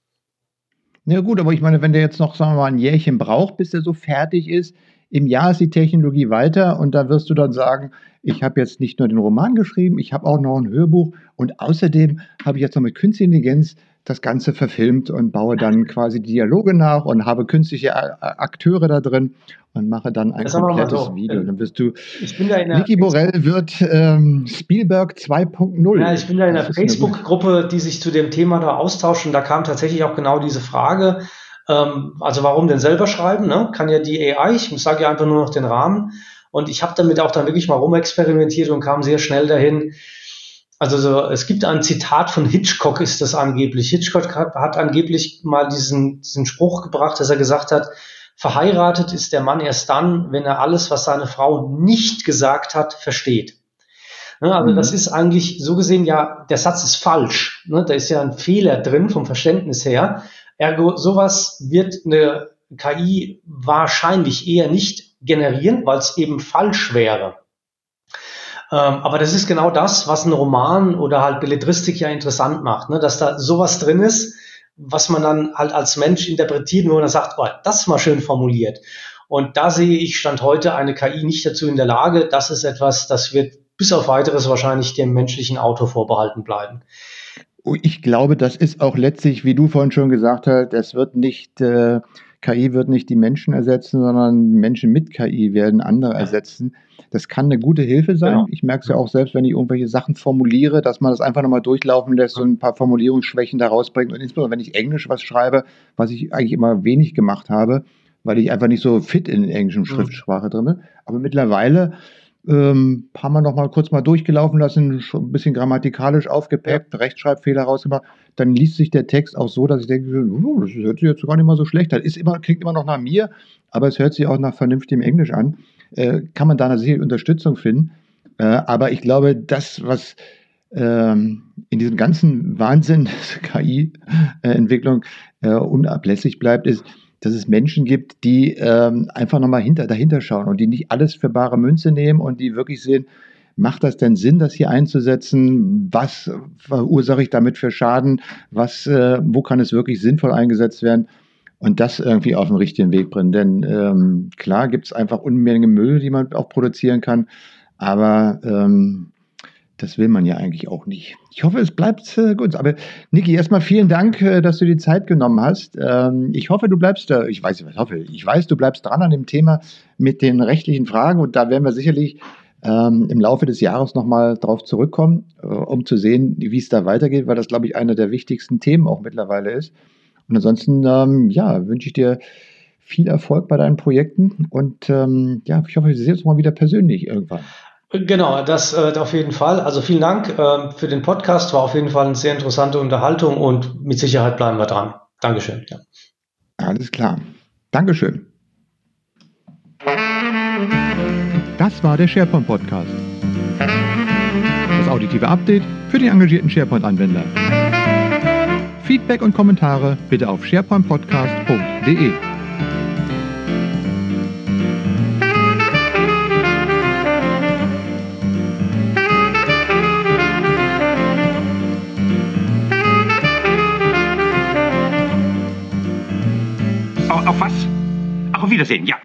Ja gut, aber ich meine, wenn der jetzt noch, sagen wir mal, ein Jährchen braucht, bis der so fertig ist, im Jahr ist die Technologie weiter und da wirst du dann sagen, ich habe jetzt nicht nur den Roman geschrieben, ich habe auch noch ein Hörbuch und außerdem habe ich jetzt noch mit Künstlicher Intelligenz das Ganze verfilmt und baue dann quasi Dialoge nach und habe künstliche Akteure da drin und mache dann ein komplettes Video. Dann wirst du, Niki Borrell wird Spielberg 2.0. Ja, ich bin da in einer Facebook-Gruppe, die sich zu dem Thema da austauscht und da kam tatsächlich auch genau diese Frage, also warum denn selber schreiben, ne? Kann ja die AI, ich sage ja einfach nur noch den Rahmen und ich habe damit auch dann wirklich mal rumexperimentiert und kam sehr schnell dahin. Also es gibt ein Zitat von Hitchcock, ist das angeblich. Hitchcock hat angeblich mal diesen Spruch gebracht, dass er gesagt hat, verheiratet ist der Mann erst dann, wenn er alles, was seine Frau nicht gesagt hat, versteht. Also das ist eigentlich so gesehen ja, der Satz ist falsch. Da ist ja ein Fehler drin vom Verständnis her. Ergo, sowas wird eine KI wahrscheinlich eher nicht generieren, weil es eben falsch wäre. Aber das ist genau das, was ein Roman oder halt Belletristik ja interessant macht, ne? Dass da sowas drin ist, was man dann halt als Mensch interpretiert, wo man sagt, oh, das ist mal schön formuliert. Und da sehe ich Stand heute eine KI nicht dazu in der Lage. Das ist etwas, das wird bis auf Weiteres wahrscheinlich dem menschlichen Autor vorbehalten bleiben. Ich glaube, das ist auch letztlich, wie du vorhin schon gesagt hast, das wird nicht, KI wird nicht die Menschen ersetzen, sondern Menschen mit KI werden andere ersetzen. Das kann eine gute Hilfe sein. Genau. Ich merke es ja auch selbst, wenn ich irgendwelche Sachen formuliere, dass man das einfach nochmal durchlaufen lässt und ein paar Formulierungsschwächen da rausbringt. Und insbesondere, wenn ich Englisch was schreibe, was ich eigentlich immer wenig gemacht habe, weil ich einfach nicht so fit in der englischen Schriftsprache drin bin. Aber mittlerweile paar Mal noch mal kurz mal durchgelaufen lassen, schon ein bisschen grammatikalisch aufgepeppt, Rechtschreibfehler rausgemacht, dann liest sich der Text auch so, dass ich denke, das hört sich jetzt gar nicht mal so schlecht an. Klingt immer noch nach mir, aber es hört sich auch nach vernünftigem Englisch an. Kann man da natürlich Unterstützung finden. Aber ich glaube, das, was in diesem ganzen Wahnsinn der KI-Entwicklung unablässig bleibt, ist, dass es Menschen gibt, die einfach nochmal dahinter schauen und die nicht alles für bare Münze nehmen und die wirklich sehen, macht das denn Sinn, das hier einzusetzen? Was verursache ich damit für Schaden? Wo kann es wirklich sinnvoll eingesetzt werden? Und das irgendwie auf den richtigen Weg bringen. Denn klar gibt es einfach Unmengen Müll, die man auch produzieren kann, aber Das will man ja eigentlich auch nicht. Ich hoffe, es bleibt gut. Aber Niki, erstmal vielen Dank, dass du die Zeit genommen hast. Ich hoffe, du bleibst da. Ich weiß, du bleibst dran an dem Thema mit den rechtlichen Fragen. Und da werden wir sicherlich im Laufe des Jahres nochmal drauf zurückkommen, um zu sehen, wie es da weitergeht, weil das, glaube ich, einer der wichtigsten Themen auch mittlerweile ist. Und ansonsten, wünsche ich dir viel Erfolg bei deinen Projekten und ich hoffe, wir sehen uns mal wieder persönlich irgendwann. Genau, das auf jeden Fall. Also vielen Dank für den Podcast. War auf jeden Fall eine sehr interessante Unterhaltung und mit Sicherheit bleiben wir dran. Dankeschön. Ja. Alles klar. Dankeschön. Das war der SharePoint Podcast. Das auditive Update für die engagierten SharePoint-Anwender. Feedback und Kommentare bitte auf sharepointpodcast.de. Auf was? Ach, auf Wiedersehen, ja.